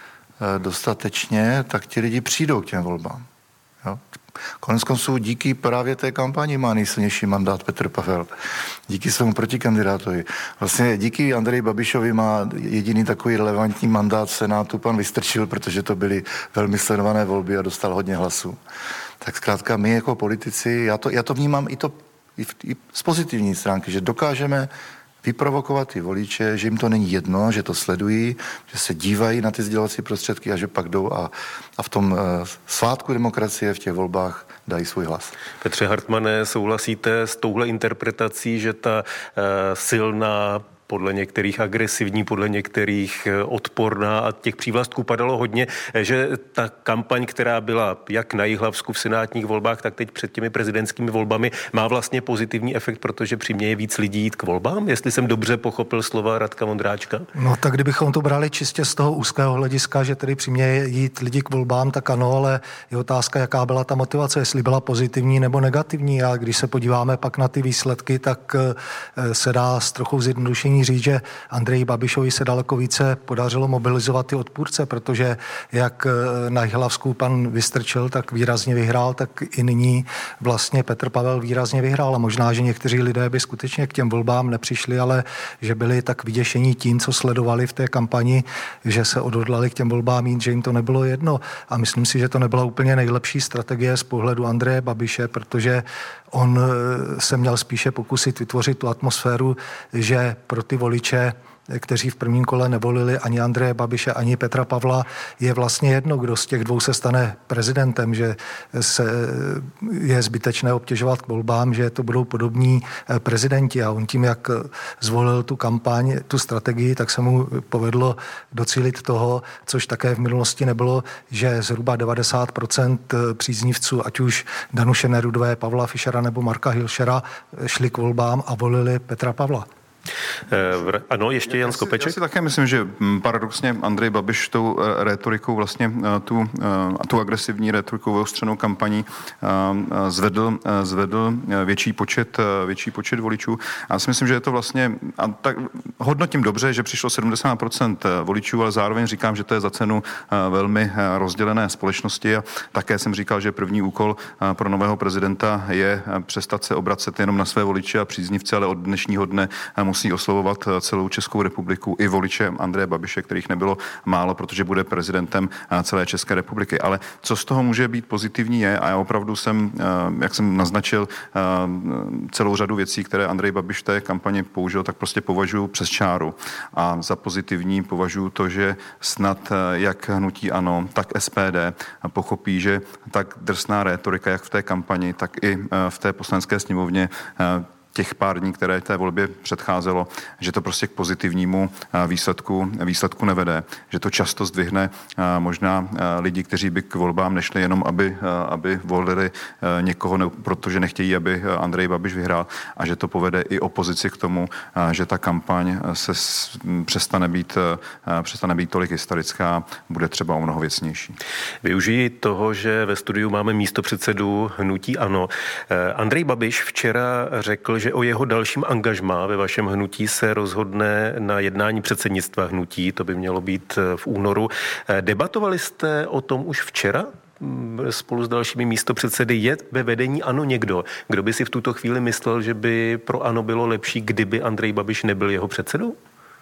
dostatečně, tak ti lidi přijdou k těm volbám. Jo? Konec konců díky právě té kampani má nejsilnější mandát Petr Pavel. Díky svému protikandidátovi. Vlastně díky Andreji Babišovi má jediný takový relevantní mandát v Senátu pan Vystrčil, protože to byly velmi sledované volby a dostal hodně hlasů. Tak zkrátka my jako politici, já to, já to vnímám i, to, i, v, i z pozitivní stránky, že dokážeme vyprovokovat ty voliče, že jim to není jedno, že to sledují, že se dívají na ty sdělovací prostředky a že pak jdou a, a v tom uh, svátku demokracie v těch volbách dají svůj hlas. Petře Hartmane, souhlasíte s touhle interpretací, že ta uh, silná, podle některých agresivní, podle některých odporná, a těch přívlastků padalo hodně, že ta kampaň, která byla jak na Jihlavsku v senátních volbách, tak teď před těmi prezidentskými volbami, má vlastně pozitivní efekt, protože přiměje víc lidí jít k volbám? Jestli jsem dobře pochopil slova Radka Vondráčka? No tak kdybychom to brali čistě z toho úzkého hlediska, že tedy přiměje jít lidi k volbám, tak ano, ale je otázka, jaká byla ta motivace, jestli byla pozitivní nebo negativní. A když se podíváme pak na ty výsledky, tak se dá s trochou zjednodušení říct, že Andreji Babišovi se daleko více podařilo mobilizovat ty odpůrce, protože jak na Jihlavsku pan Vystrčil tak výrazně vyhrál, tak i nyní vlastně Petr Pavel výrazně vyhrál. A možná, že někteří lidé by skutečně k těm volbám nepřišli, ale že byli tak vyděšení tím, co sledovali v té kampani, že se odhodlali k těm volbám jít, že jim to nebylo jedno. A myslím si, že to nebyla úplně nejlepší strategie z pohledu Andreje Babiše, protože on se měl spíše pokusit vytvořit tu atmosféru, že pro ty voliče, kteří v prvním kole nevolili ani Andreje Babiše, ani Petra Pavla, je vlastně jedno, kdo z těch dvou se stane prezidentem, že se je zbytečné obtěžovat k volbám, že to budou podobní prezidenti. A on tím, jak zvolil tu kampaň, tu strategii, tak se mu povedlo docílit toho, což také v minulosti nebylo, že zhruba devadesát procent příznivců, ať už Danuše Nerudové, Pavla Fischera nebo Marka Hilšera, šli k volbám a volili Petra Pavla. Ano, ještě Jan Skopeček. Já si také myslím, že paradoxně Andrej Babiš tou rétorikou vlastně tu, tu agresivní rétorikou vyostřenou kampaní zvedl, zvedl větší počet, větší počet voličů. A já si myslím, že je to vlastně, a tak hodnotím dobře, že přišlo sedmdesát procent voličů, ale zároveň říkám, že to je za cenu velmi rozdělené společnosti, a také jsem říkal, že první úkol pro nového prezidenta je přestat se obracet jenom na své voliče a příznivce, ale od dnešního dne musí oslovovat celou Českou republiku i voliče Andreje Babiše, kterých nebylo málo, protože bude prezidentem celé České republiky. Ale co z toho může být pozitivní je, a já opravdu jsem, jak jsem naznačil, celou řadu věcí, které Andrej Babiš v té kampani použil, tak prostě považuji přes čáru. A za pozitivní považuji to, že snad jak hnutí ANO, tak S P D pochopí, že tak drsná rétorika, jak v té kampani, tak i v té poslanecké sněmovně těch pár dní, které té volbě předcházelo, že to prostě k pozitivnímu výsledku, výsledku nevede. Že to často zdvihne možná lidi, kteří by k volbám nešli jenom, aby, aby volili někoho, ne, protože nechtějí, aby Andrej Babiš vyhrál, a že to povede i opozici k tomu, že ta kampaň se přestane být, přestane být tolik historická, bude třeba o mnoho věcnější. Využiji toho, že ve studiu máme místopředsedu hnutí ANO. Andrej Babiš včera řekl, že o jeho dalším angažmá ve vašem hnutí se rozhodne na jednání předsednictva hnutí, to by mělo být v únoru. Debatovali jste o tom už včera spolu s dalšími místopředsedy? Je ve vedení ANO někdo, kdo by si v tuto chvíli myslel, že by pro ANO bylo lepší, kdyby Andrej Babiš nebyl jeho předsedou?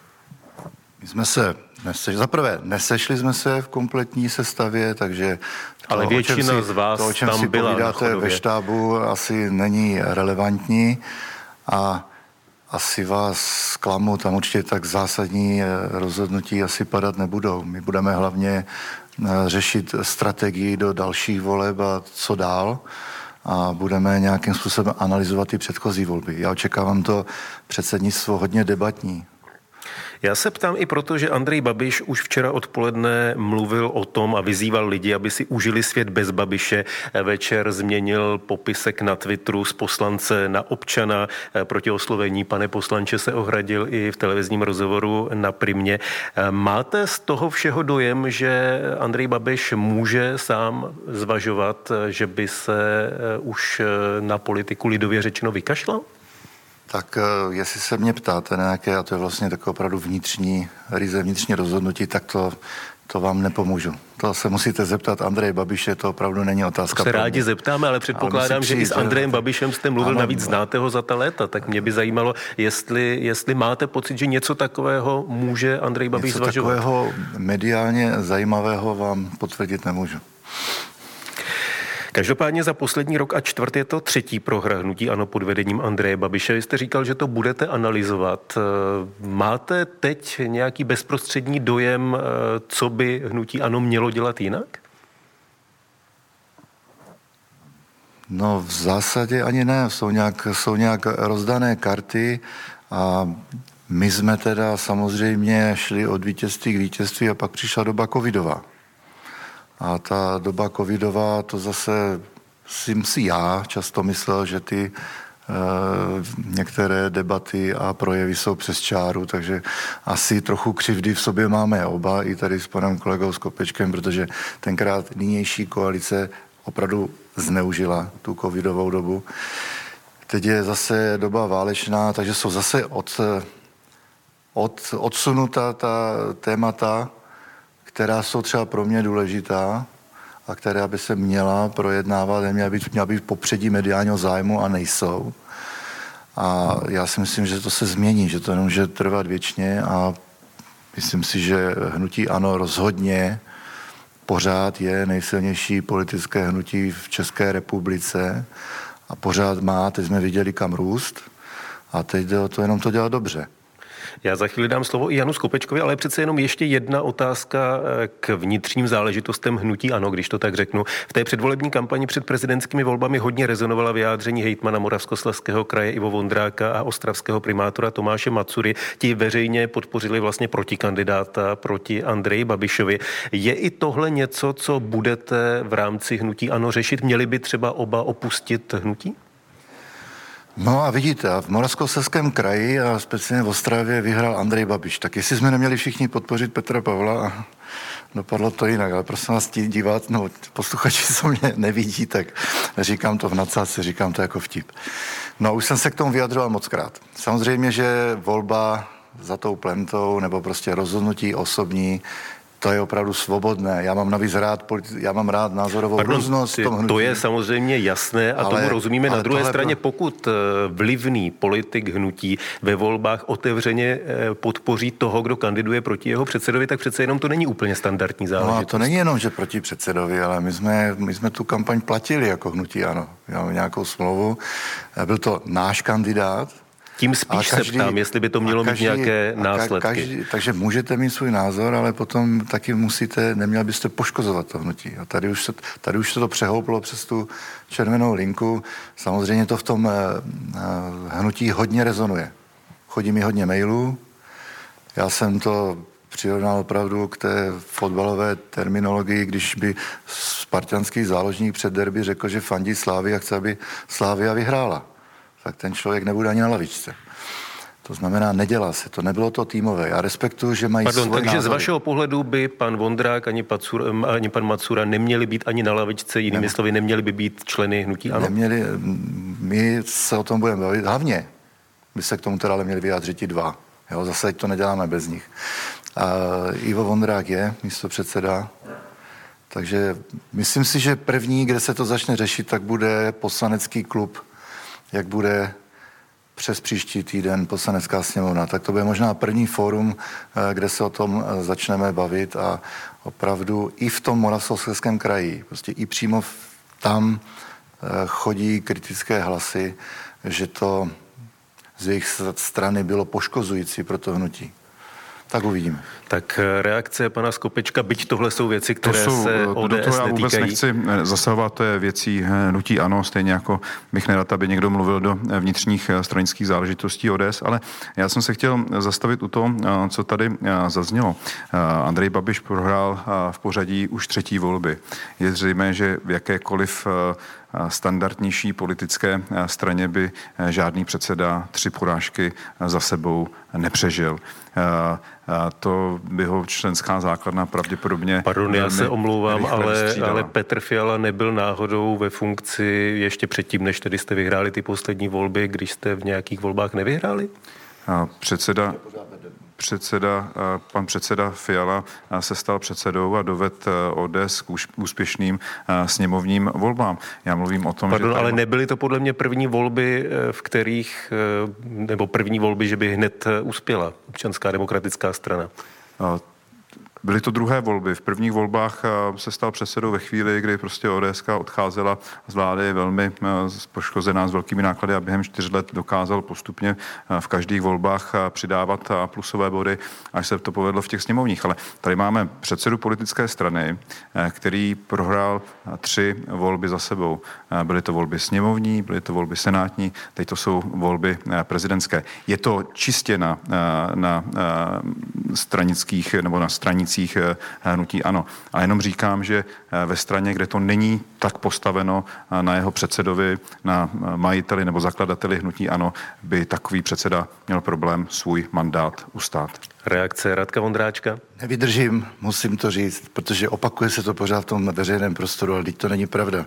My jsme se nesešli, zaprvé nesešli jsme se v kompletní sestavě, takže to, ale většina si, z vás to, o čem tam si byla povídáte ve štábu, asi není relevantní a asi vás zklamu, tam určitě tak zásadní rozhodnutí asi padat nebudou. My budeme hlavně řešit strategii do dalších voleb a co dál a budeme nějakým způsobem analyzovat ty předchozí volby. Já očekávám to předsednictvo hodně debatní. Já se ptám i proto, že Andrej Babiš už včera odpoledne mluvil o tom a vyzýval lidi, aby si užili svět bez Babiše. Večer změnil popisek na Twitteru z poslance na občana. Proti oslovení pane poslanče se ohradil i v televizním rozhovoru na Primě. Máte z toho všeho dojem, že Andrej Babiš může sám zvažovat, že by se už na politiku lidově řečeno vykašlal? Tak jestli se mě ptáte na nějaké, a to je vlastně takové opravdu vnitřní, ryze vnitřní rozhodnutí, tak to, to vám nepomůžu. To se musíte zeptat Andreje Babiše, to opravdu není otázka. To se rádi zeptáme, ale předpokládám, ale že i s Andrejem Babišem jste mluvil, ano, navíc znáte ho za ta léta, tak mě by zajímalo, jestli, jestli máte pocit, že něco takového může Andrej Babiš něco zvažovat. Něco takového mediálně zajímavého vám potvrdit nemůžu. Každopádně za poslední rok a čtvrt je to třetí prohra hnutí ANO pod vedením Andreje Babiše. Vy jste říkal, že to budete analyzovat. Máte teď nějaký bezprostřední dojem, co by hnutí ANO mělo dělat jinak? No v zásadě ani ne. Jsou nějak, jsou nějak rozdané karty a my jsme teda samozřejmě šli od vítězství k vítězství a pak přišla doba covidová. A ta doba covidová, to zase jsem si já často myslel, že ty e, některé debaty a projevy jsou přes čáru, takže asi trochu křivdy v sobě máme oba, i tady s panem kolegou Skopečkem, protože tenkrát nynější koalice opravdu zneužila tu covidovou dobu. Teď je zase doba válečná, takže jsou zase od, od, odsunuta ta témata, která jsou třeba pro mě důležitá a která by se měla projednávat, měla být, měla být v popředí mediálního zájmu a nejsou. A já si myslím, že to se změní, že to nemůže trvat věčně a myslím si, že hnutí ANO rozhodně pořád je nejsilnější politické hnutí v České republice a pořád má, teď jsme viděli kam růst a teď jde o to jenom to dělat dobře. Já za chvíli dám slovo i Janu Skopečkovi, ale přece jenom ještě jedna otázka k vnitřním záležitostem hnutí ANO, když to tak řeknu. V té předvolební kampani před prezidentskými volbami hodně rezonovala vyjádření hejtmana Moravskoslezského kraje Ivo Vondráka a ostravského primátora Tomáše Macury. Ti veřejně podpořili vlastně protikandidáta proti Andreji Babišovi. Je i tohle něco, co budete v rámci hnutí ANO řešit? Měli by třeba oba opustit hnutí? No a vidíte, a v Moravskoslezském kraji a speciálně v Ostravě vyhrál Andrej Babiš. Tak jestli jsme neměli všichni podpořit Petra Pavla a dopadlo to jinak, ale prosím vás dívat, no posluchači, co mě nevidí, tak říkám to v nadsázce, říkám to jako vtip. No už jsem se k tomu vyjadřoval mockrát. Samozřejmě, že volba za tou plentou nebo prostě rozhodnutí osobní, to je opravdu svobodné. Já mám navíc rád, politi- já mám rád názorovou Pardon, různost v tom hnutí. To je samozřejmě jasné a ale, tomu rozumíme. Na druhé straně, bylo... pokud vlivný politik hnutí ve volbách otevřeně podpoří toho, kdo kandiduje proti jeho předsedovi, tak přece jenom to není úplně standardní záležitost. No a to není jenom, že proti předsedovi, ale my jsme, my jsme tu kampaň platili jako hnutí ANO. Máme nějakou smlouvu. Byl to náš kandidát. Tím spíš každý, se ptám, jestli by to mělo každý, mít nějaké následky. Každý, takže můžete mít svůj názor, ale potom taky musíte, neměli byste poškozovat to hnutí. A tady už se, tady už se to přehouplo přes tu červenou linku. Samozřejmě to v tom uh, hnutí hodně rezonuje. Chodí mi hodně mailů. Já jsem to přirovnal opravdu k té fotbalové terminologii, když by spartanský záložník před derby řekl, že fandí Slávy a chce, aby Slávia vyhrála. Tak ten člověk nebude ani na lavičce. To znamená, nedělá se to, nebylo to týmové. Já respektuju, že mají Pardon, svoje takže názory. Z vašeho pohledu by pan Vondrák ani, Pacur, ani pan Macura neměli být ani na lavičce, jinými ne. slovy, neměli by být členy hnutí ANO? Neměli, my se o tom budeme bavit. Hlavně by se k tomu teda ale měli vyjádřit i dva. Jo, zase to neděláme bez nich. A Ivo Vondrák je místopředseda, takže myslím si, že první, kde se to začne řešit, tak bude poslanecký klub, jak bude přes příští týden poslanecká sněmovna. Tak to bude možná první fórum, kde se o tom začneme bavit a opravdu i v tom Moravskoslezském kraji, prostě i přímo tam chodí kritické hlasy, že to z jejich strany bylo poškozující pro to hnutí. Tak uvidíme. Tak reakce pana Skopečka, byť tohle jsou věci, které to jsou, se O D S to já vůbec netýkají. nechci zasahovat, to je věcí hnutí ANO, stejně jako bych nerad, aby někdo mluvil do vnitřních stranických záležitostí O D S, ale já jsem se chtěl zastavit u toho, co tady zaznělo. Andrej Babiš prohrál v pořadí už třetí volby. Je zřejmé, že v jakékoliv standardnější politické straně by žádný předseda tři porážky za sebou nepřežil. To by ho členská základna pravděpodobně... Pardon, já se omlouvám, ale, ale Petr Fiala nebyl náhodou ve funkci ještě předtím, než tedy jste vyhráli ty poslední volby, když jste v nějakých volbách nevyhráli? Předseda... Předseda, pan předseda Fiala se stal předsedou a dovedl O D S k úspěšným sněmovním volbám. Já mluvím o tom, Pardon, že... Tady... ale nebyly to podle mě první volby, v kterých, nebo první volby, že by hned uspěla Občanská demokratická strana. Byly to druhé volby. V prvních volbách se stal předsedou ve chvíli, kdy prostě O D S odcházela z vlády velmi poškozená s velkými náklady a během čtyř let dokázal postupně v každých volbách přidávat plusové body, až se to povedlo v těch sněmovních. Ale tady máme předsedu politické strany, který prohrál tři volby za sebou. Byly to volby sněmovní, byly to volby senátní, teď to jsou volby prezidentské. Je to čistě na, na stranických nebo na stranicích hnutí ANO. A jenom říkám, že ve straně, kde to není tak postaveno na jeho předsedovi, na majiteli nebo zakladateli hnutí ANO, by takový předseda měl problém svůj mandát ustát. Reakce Radka Vondráčka? Nevydržím, musím to říct, protože opakuje se to pořád v tom veřejném prostoru, ale teď to není pravda.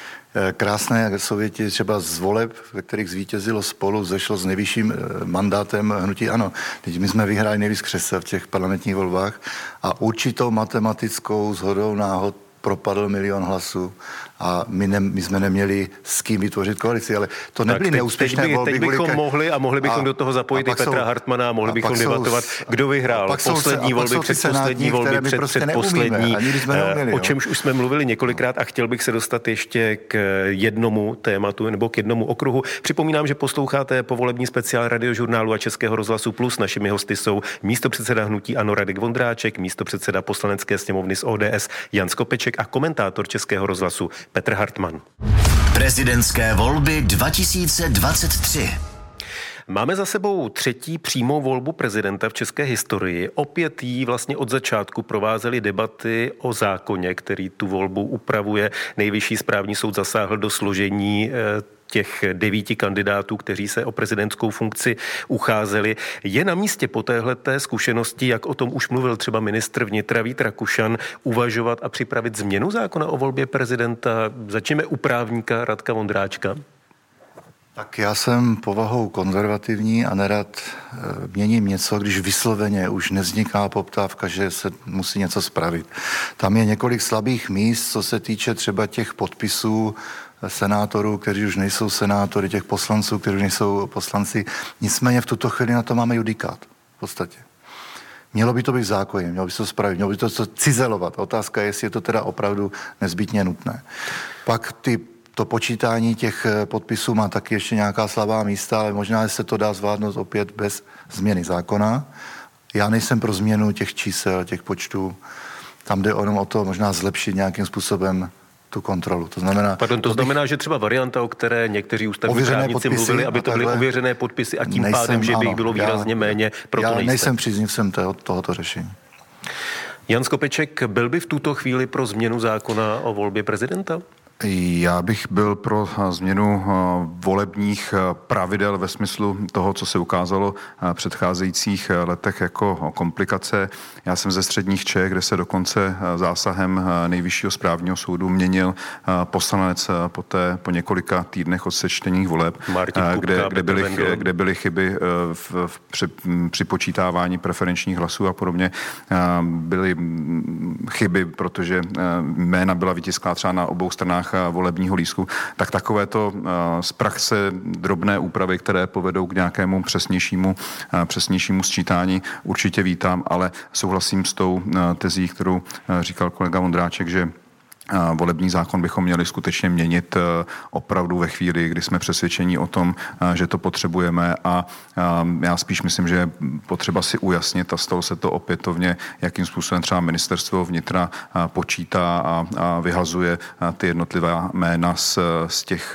Krásné jsou věti třeba z voleb, ve kterých zvítězilo Spolu, zešlo s nejvyšším mandátem hnutí ANO. Teď my jsme vyhráli nejvíc křesel v těch parlamentních volbách a určitou matematickou shodou náhod propadl milion hlasů a my, ne, my jsme neměli s kým vytvořit koalici, ale to nebyly teď, neúspěšné teď by, volby. Teď bychom kvůli... mohli a mohli bychom a, do toho zapojit i Petra jsou, Hartmana a mohli a bychom debatovat, jsou, kdo vyhrál poslední volby, předposlední volby, před, prostě předposlední, neuměli, o čemž už jsme mluvili několikrát a chtěl bych se dostat ještě k jednomu tématu nebo k jednomu okruhu. Připomínám, že posloucháte povolební speciál Radiožurnálu a Českého rozhlasu Plus. Našimi hosty jsou místopředseda hnutí ANO Radek Vondráček, místopředseda Poslanecké sněmovny z O D S Jan Skopeček a komentátor Českého rozhlasu Petr Hartman. Prezidentské volby dva tisíce dvacet tři. Máme za sebou třetí přímou volbu prezidenta v české historii. Opět jí vlastně od začátku provázely debaty o zákoně, který tu volbu upravuje. Nejvyšší správní soud zasáhl do složení těch devíti kandidátů, kteří se o prezidentskou funkci ucházeli. Je na místě po téhleté zkušenosti, jak o tom už mluvil třeba ministr vnitra Vít Rakušan, uvažovat a připravit změnu zákona o volbě prezidenta? Začneme u právníka Radka Vondráčka. Tak já jsem povahou konzervativní a nerad měním něco, když vysloveně už nevzniká poptávka, že se musí něco spravit. Tam je několik slabých míst, co se týče třeba těch podpisů senátorů, kteří už nejsou senátory, těch poslanců, kteří už nejsou poslanci. Nicméně v tuto chvíli na to máme judikát v podstatě. Mělo by to být v zákoně, mělo by se to spravit, mělo by to cizelovat. Otázka je, jestli je to teda opravdu nezbytně nutné. Pak ty To počítání těch podpisů má taky ještě nějaká slabá místa, ale možná se to dá zvládnout opět bez změny zákona. Já nejsem pro změnu těch čísel, těch počtů. Tam jde jenom o to možná zlepšit nějakým způsobem tu kontrolu. To znamená... Pardon, to, to znamená, že třeba varianta, o které někteří ústavní právníci mluvili, aby to byly ověřené podpisy a tím nejsem, pádem, že by jich bylo výrazně já, méně, proto já nejste. nejsem příznivcem toho, tohoto řešení. Jan Skopeček, byl by v tuto chvíli pro změnu zákona o volbě prezidenta? Já bych byl pro změnu volebních pravidel ve smyslu toho, co se ukázalo v předcházejících letech jako komplikace. Já jsem ze středních Čech, kde se dokonce zásahem Nejvyššího správního soudu měnil poslanec poté po několika týdnech od sečtených voleb, Kupka, kde, kde, byly, kde byly chyby v, v, při, při počítávání preferenčních hlasů a podobně. Byly chyby, protože jména byla vytisklá třeba na obou stranách volebního lístku, tak takovéto z praxe drobné úpravy, které povedou k nějakému přesnějšímu, přesnějšímu sčítání, určitě vítám, ale souhlasím s tou tezí, kterou říkal kolega Vondráček, že volební zákon bychom měli skutečně měnit opravdu ve chvíli, kdy jsme přesvědčeni o tom, že to potřebujeme a já spíš myslím, že je potřeba si ujasnit a stalo se to opětovně, jakým způsobem třeba ministerstvo vnitra počítá a, a vyhazuje ty jednotlivá jména z, z těch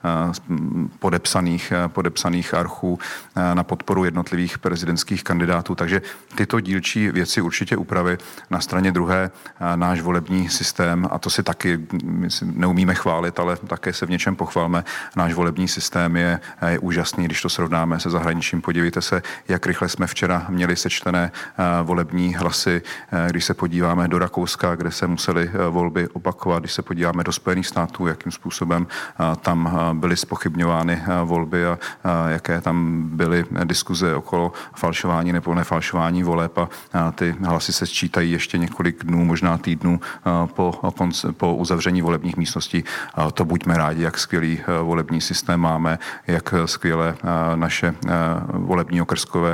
podepsaných, podepsaných archů na podporu jednotlivých prezidentských kandidátů. Takže tyto dílčí věci určitě úpravy. Na straně druhé náš volební systém, a to si taky neumíme chválit, ale také se v něčem pochválme. Náš volební systém je, je úžasný, když to srovnáme se zahraničím. Podívejte se, jak rychle jsme včera měli sečtené volební hlasy, když se podíváme do Rakouska, kde se museli volby opakovat, když se podíváme do Spojených států, jakým způsobem tam byly zpochybňovány volby a jaké tam byly diskuze okolo falšování nebo nefalšování voleb a ty hlasy se sčítají ještě několik dnů, možná týdnů po konci po uzavření volebních místností. To buďme rádi, jak skvělý volební systém máme, jak skvěle naše volební okrskové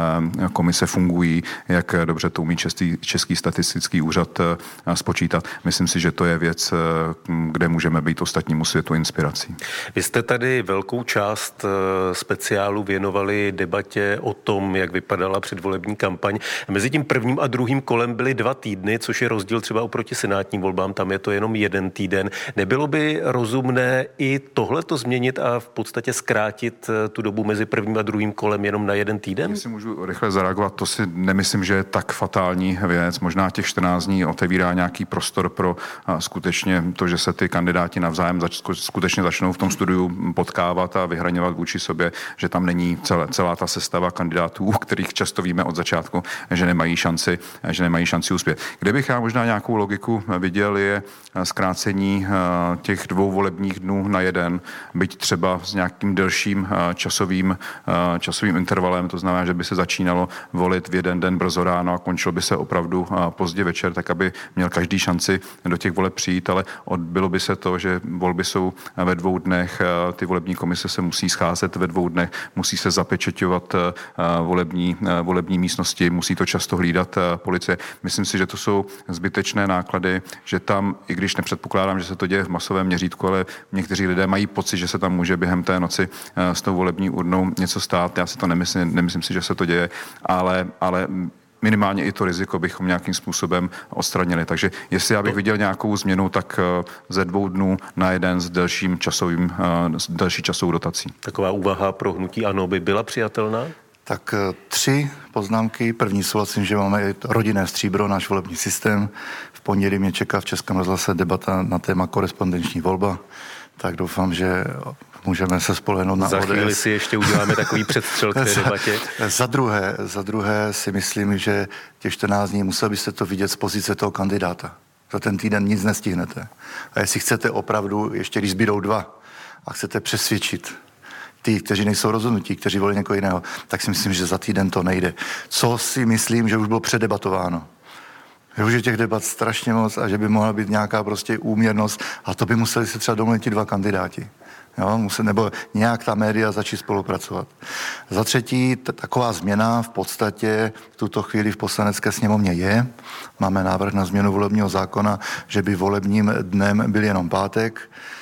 komise fungují, jak dobře to umí Český, Český statistický úřad spočítat. Myslím si, že to je věc, kde můžeme být ostatnímu světu inspirací. Vy jste tady velkou část speciálu věnovali debatě o tom, jak vypadala předvolební kampaň. Mezi tím prvním a druhým kolem byly dva týdny, což je rozdíl třeba oproti senátním volbám, tam je to jenom jeden týden. Nebylo by rozumné i tohleto změnit a v podstatě zkrátit tu dobu mezi prvním a druhým kolem jenom na jeden týden? Jestli můžu rychle zareagovat, to si nemyslím, že je tak fatální věc. Možná těch čtrnáct dní otevírá nějaký prostor pro skutečně to, že se ty kandidáti navzájem zač, skutečně začnou v tom studiu potkávat a vyhraňovat vůči sobě, že tam není celé, celá ta sestava kandidátů, u kterých často víme od začátku, že nemají šanci, že nemají šanci uspět. Kde bych já možná nějakou logiku viděl, je zkrácení těch dvou volebních dnů na jeden, byť třeba s nějakým delším časovým, časovým intervalem, to znamená, že by se začínalo volit v jeden den brzo ráno a končilo by se opravdu pozdě večer, tak aby měl každý šanci do těch voleb přijít, ale odbylo by se to, že volby jsou ve dvou dnech, ty volební komise se musí scházet ve dvou dnech, musí se zapečeťovat volební, volební místnosti, musí to často hlídat policie. Myslím si, že to jsou zbytečné náklady, že tam, i když nepředpokládám, že se to děje v masovém měřítku, ale někteří lidé mají pocit, že se tam může během té noci s tou volební urnou něco stát. Já si to nemyslím, nemyslím si, že se to děje, ale, ale minimálně i to riziko bychom nějakým způsobem odstranili. Takže jestli já bych viděl nějakou změnu, tak ze dvou dnů na jeden s delším časovým, s delší časovou dotací. Taková úvaha pro hnutí ANO by byla přijatelná? Tak tři poznámky. První souhlasím, že máme rodinné stříbro, náš volební systém. V pondělí mě čeká v Českém rozhlase debata na téma korespondenční volba. Tak doufám, že můžeme se spolehnout na Za O D S. Za chvíli si ještě uděláme takový předstřel k té debatě. Za druhé, za druhé si myslím, že těch čtrnáct dní musel byste to vidět z pozice toho kandidáta. Za ten týden nic nestihnete. A jestli chcete opravdu, ještě když zbydou dva, a chcete přesvědčit ty, kteří nejsou rozhodnutí, kteří volí někoho jiného, tak si myslím, že za týden to nejde. Co si myslím, že už bylo předebatováno. Že už je těch debat strašně moc a že by mohla být nějaká prostě úměrnost a to by museli se třeba domluvit ti dva kandidáti. Jo, musel, nebo nějak ta média začít spolupracovat. Za třetí, t- taková změna v podstatě v tuto chvíli v Poslanecké sněmovně je. Máme návrh na změnu volebního zákona, že by volebním dnem byl jenom pátek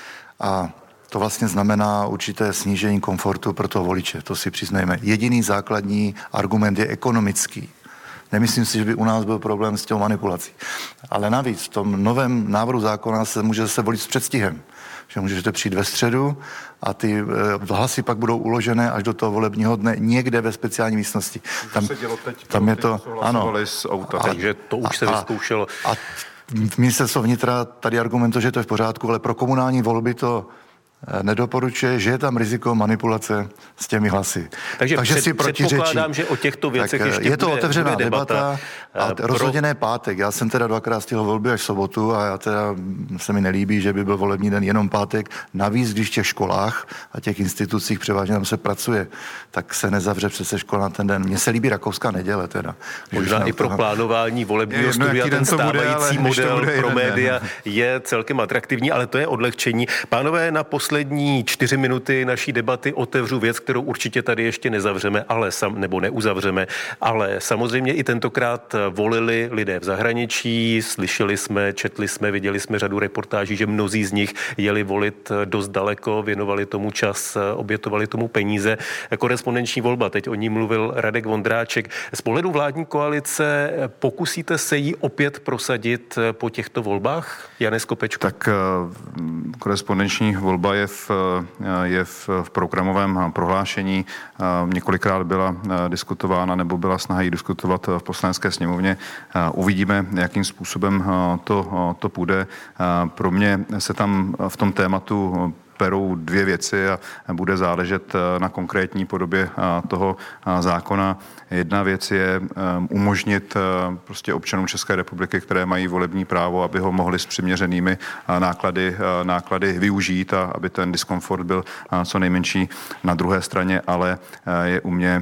a to vlastně znamená určité snížení komfortu pro toho voliče, to si přiznejme. Jediný základní argument je ekonomický. Nemyslím si, že by u nás byl problém s těm manipulací. Ale navíc v tom novém návrhu zákona se může se volit s předstihem. Že můžete přijít ve středu a ty e, hlasy pak budou uložené až do toho volebního dne někde ve speciální místnosti. Tam, se dělo teď, tam je to, ano. Z auta. A, takže to už se a, vyzkoušelo. A, a ministerstvo vnitra tady argumentuje, že to je v pořádku, ale pro komunální volby to nedoporučuje, že je tam riziko manipulace s těmi hlasy. Takže, Takže před, si protiřečí. předpokládám, že o těchto věcech tak ještě je to bude, otevřená bude debata, debata. A pro... rozhodně ne pátek. Já jsem teda dvakrát stihl volby až v sobotu a já teda se mi nelíbí, že by byl volební den jenom pátek. Navíc, když v těch školách a těch institucích převážně tam se pracuje, tak se nezavře přece škola na ten den. Mně se líbí rakouská neděle teda. Možná i pro toho... plánování volebního jedno, studia ten stávající bude, model bude pro jeden média den. je celkem atraktivní, ale to je odlehčení. Pánové, na poslední čtyři minuty naší debaty otevřu věc, kterou určitě tady ještě nezavřeme, ale sam, nebo neuzavřeme, ale samozřejmě i tentokrát volili lidé v zahraničí, slyšeli jsme, četli jsme, viděli jsme řadu reportáží, že mnozí z nich jeli volit dost daleko, věnovali tomu čas, obětovali tomu peníze. Korespondenční volba, teď o ní mluvil Radek Vondráček. Z pohledu vládní koalice pokusíte se ji opět prosadit po těchto volbách? Jane Skopečku. Tak korespondenční volba je v, je v, v programovém prohlášení. Několikrát byla diskutována nebo byla snaha ji diskutovat v Poslanecké sněmovně. Uvidíme, jakým způsobem to, to půjde. Pro mě se tam v tom tématu perou dvě věci a bude záležet na konkrétní podobě toho zákona. Jedna věc je umožnit prostě občanům České republiky, které mají volební právo, aby ho mohli s přiměřenými náklady, náklady využít a aby ten diskomfort byl co nejmenší. Na druhé straně ale je u mě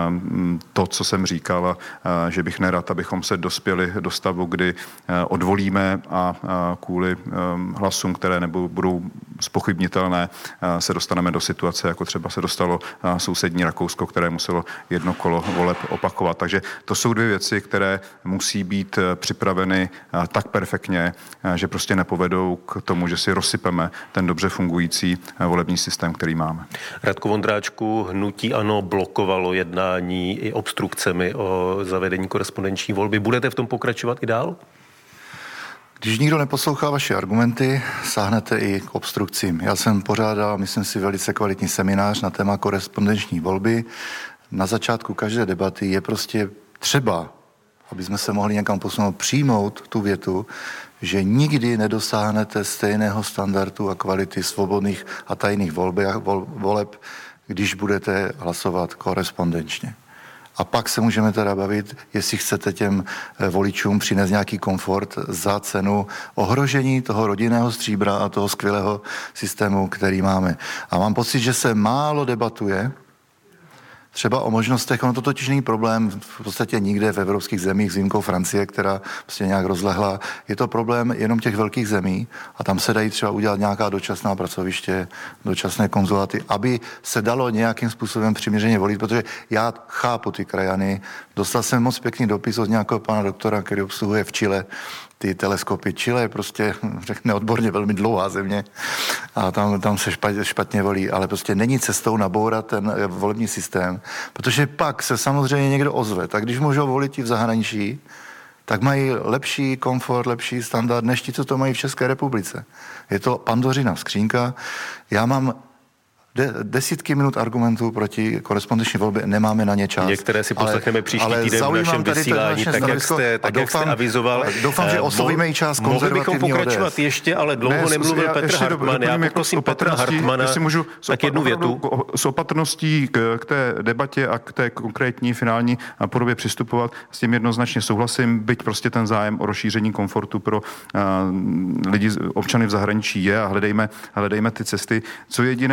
to, co jsem říkal, že bych nerad, abychom se dospěli do stavu, kdy odvolíme a kvůli hlasům, které nebo budou zpochybnitelné, se dostaneme do situace, jako třeba se dostalo sousední Rakousko, které muselo jedno kolo voleb opakovat. Takže to jsou dvě věci, které musí být připraveny tak perfektně, že prostě nepovedou k tomu, že si rozsypeme ten dobře fungující volební systém, který máme. Radku Vondráčku, hnutí ANO blokovalo jednání i obstrukcemi o zavedení korespondenční volby. Budete v tom pokračovat i dál? Když nikdo neposlouchá vaše argumenty, sáhnete i k obstrukcím. Já jsem pořádal, myslím si, velice kvalitní seminář na téma korespondenční volby. Na začátku každé debaty je prostě třeba, aby jsme se mohli někam posunout, přijmout tu větu, že nikdy nedosáhnete stejného standardu a kvality svobodných a tajných voleb, když budete hlasovat korespondenčně. A pak se můžeme teda bavit, jestli chcete těm voličům přinést nějaký komfort za cenu ohrožení toho rodinného stříbra a toho skvělého systému, který máme. A mám pocit, že se málo debatuje třeba o možnostech, ono to totiž není problém v podstatě nikde v evropských zemích, s výjimkou Francie, která prostě nějak rozlehla. Je to problém jenom těch velkých zemí a tam se dají třeba udělat nějaká dočasná pracoviště, dočasné konzuláty, aby se dalo nějakým způsobem přiměřeně volit, protože já chápu ty krajany. Dostal jsem moc pěkný dopis od nějakého pana doktora, který obsluhuje v Chile ty teleskopy. Chile je prostě, řekne odborně, velmi dlouhá země a tam, tam se špatně, špatně volí, ale prostě není cestou nabourat ten volební systém, protože pak se samozřejmě někdo ozve. Tak když můžou volit i v zahraničí, tak mají lepší komfort, lepší standard, než ti, co to mají v České republice. Je to Pandořina skřínka. Já mám De, desítky minut argumentů proti korespondenční volbě, nemáme na ně čas. Některé si poslechneme příští ale týden v našem vysílání, tak jak jste, tak doufám, jak jste avizoval. Doufám, že oslovíme i část konzervativního Mohli bychom pokračovat ještě, ale dlouho ne, nemluvil já, Petr Hartman. Já poprosím Petra Hartmana, můžu, tak jednu větu. S opatrností k, k té debatě a k té konkrétní finální podobě přistupovat, s tím jednoznačně souhlasím, byť prostě ten zájem o rozšíření komfortu pro uh, lidi, občany v zahraničí je a hledejme, hledejme ty cesty. Co jediné bych Taky nechtěl...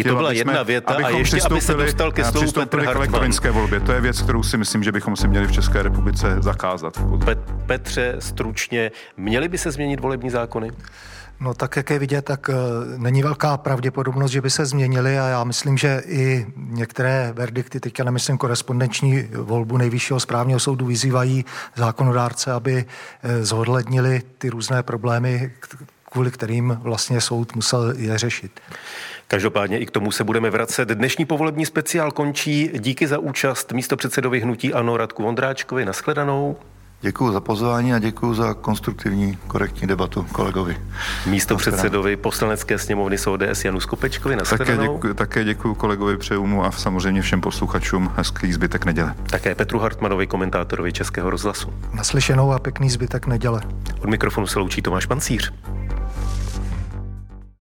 to byla jedna věta a ještě, aby se dostal ke slovu Petr Hartman. K elektronické volbě. To je věc, kterou si myslím, že bychom si měli v České republice zakázat. Pet, Petře, stručně, měly by se změnit volební zákony? No tak, jak je vidět, tak uh, není velká pravděpodobnost, že by se změnily a já myslím, že i některé verdikty, teďka nemyslím korespondenční volbu Nejvyššího správního soudu, vyzývají zákonodárce, aby uh, zohlednili ty různé problémy, kvůli kterým vlastně soud musel je řešit. Každopádně i k tomu se budeme vracet. Dnešní povolební speciál končí. Díky za účast místopředsedovi hnutí ANO Radku Vondráčkovi. Nashledanou. Děkuji za pozvání a děkuji za konstruktivní, korektní debatu kolegovi. Místopředsedovi Poslanecké sněmovny S O D S Janu Skopečkovi. Také děkuji, také děkuji kolegovi, přeju mu a samozřejmě všem posluchačům hezký zbytek neděle. Také Petru Hartmanovi, komentátorovi Českého rozhlasu. Naslyšenou a pěkný zbytek neděle. Od mikrofonu se loučí Tomáš Pancíř.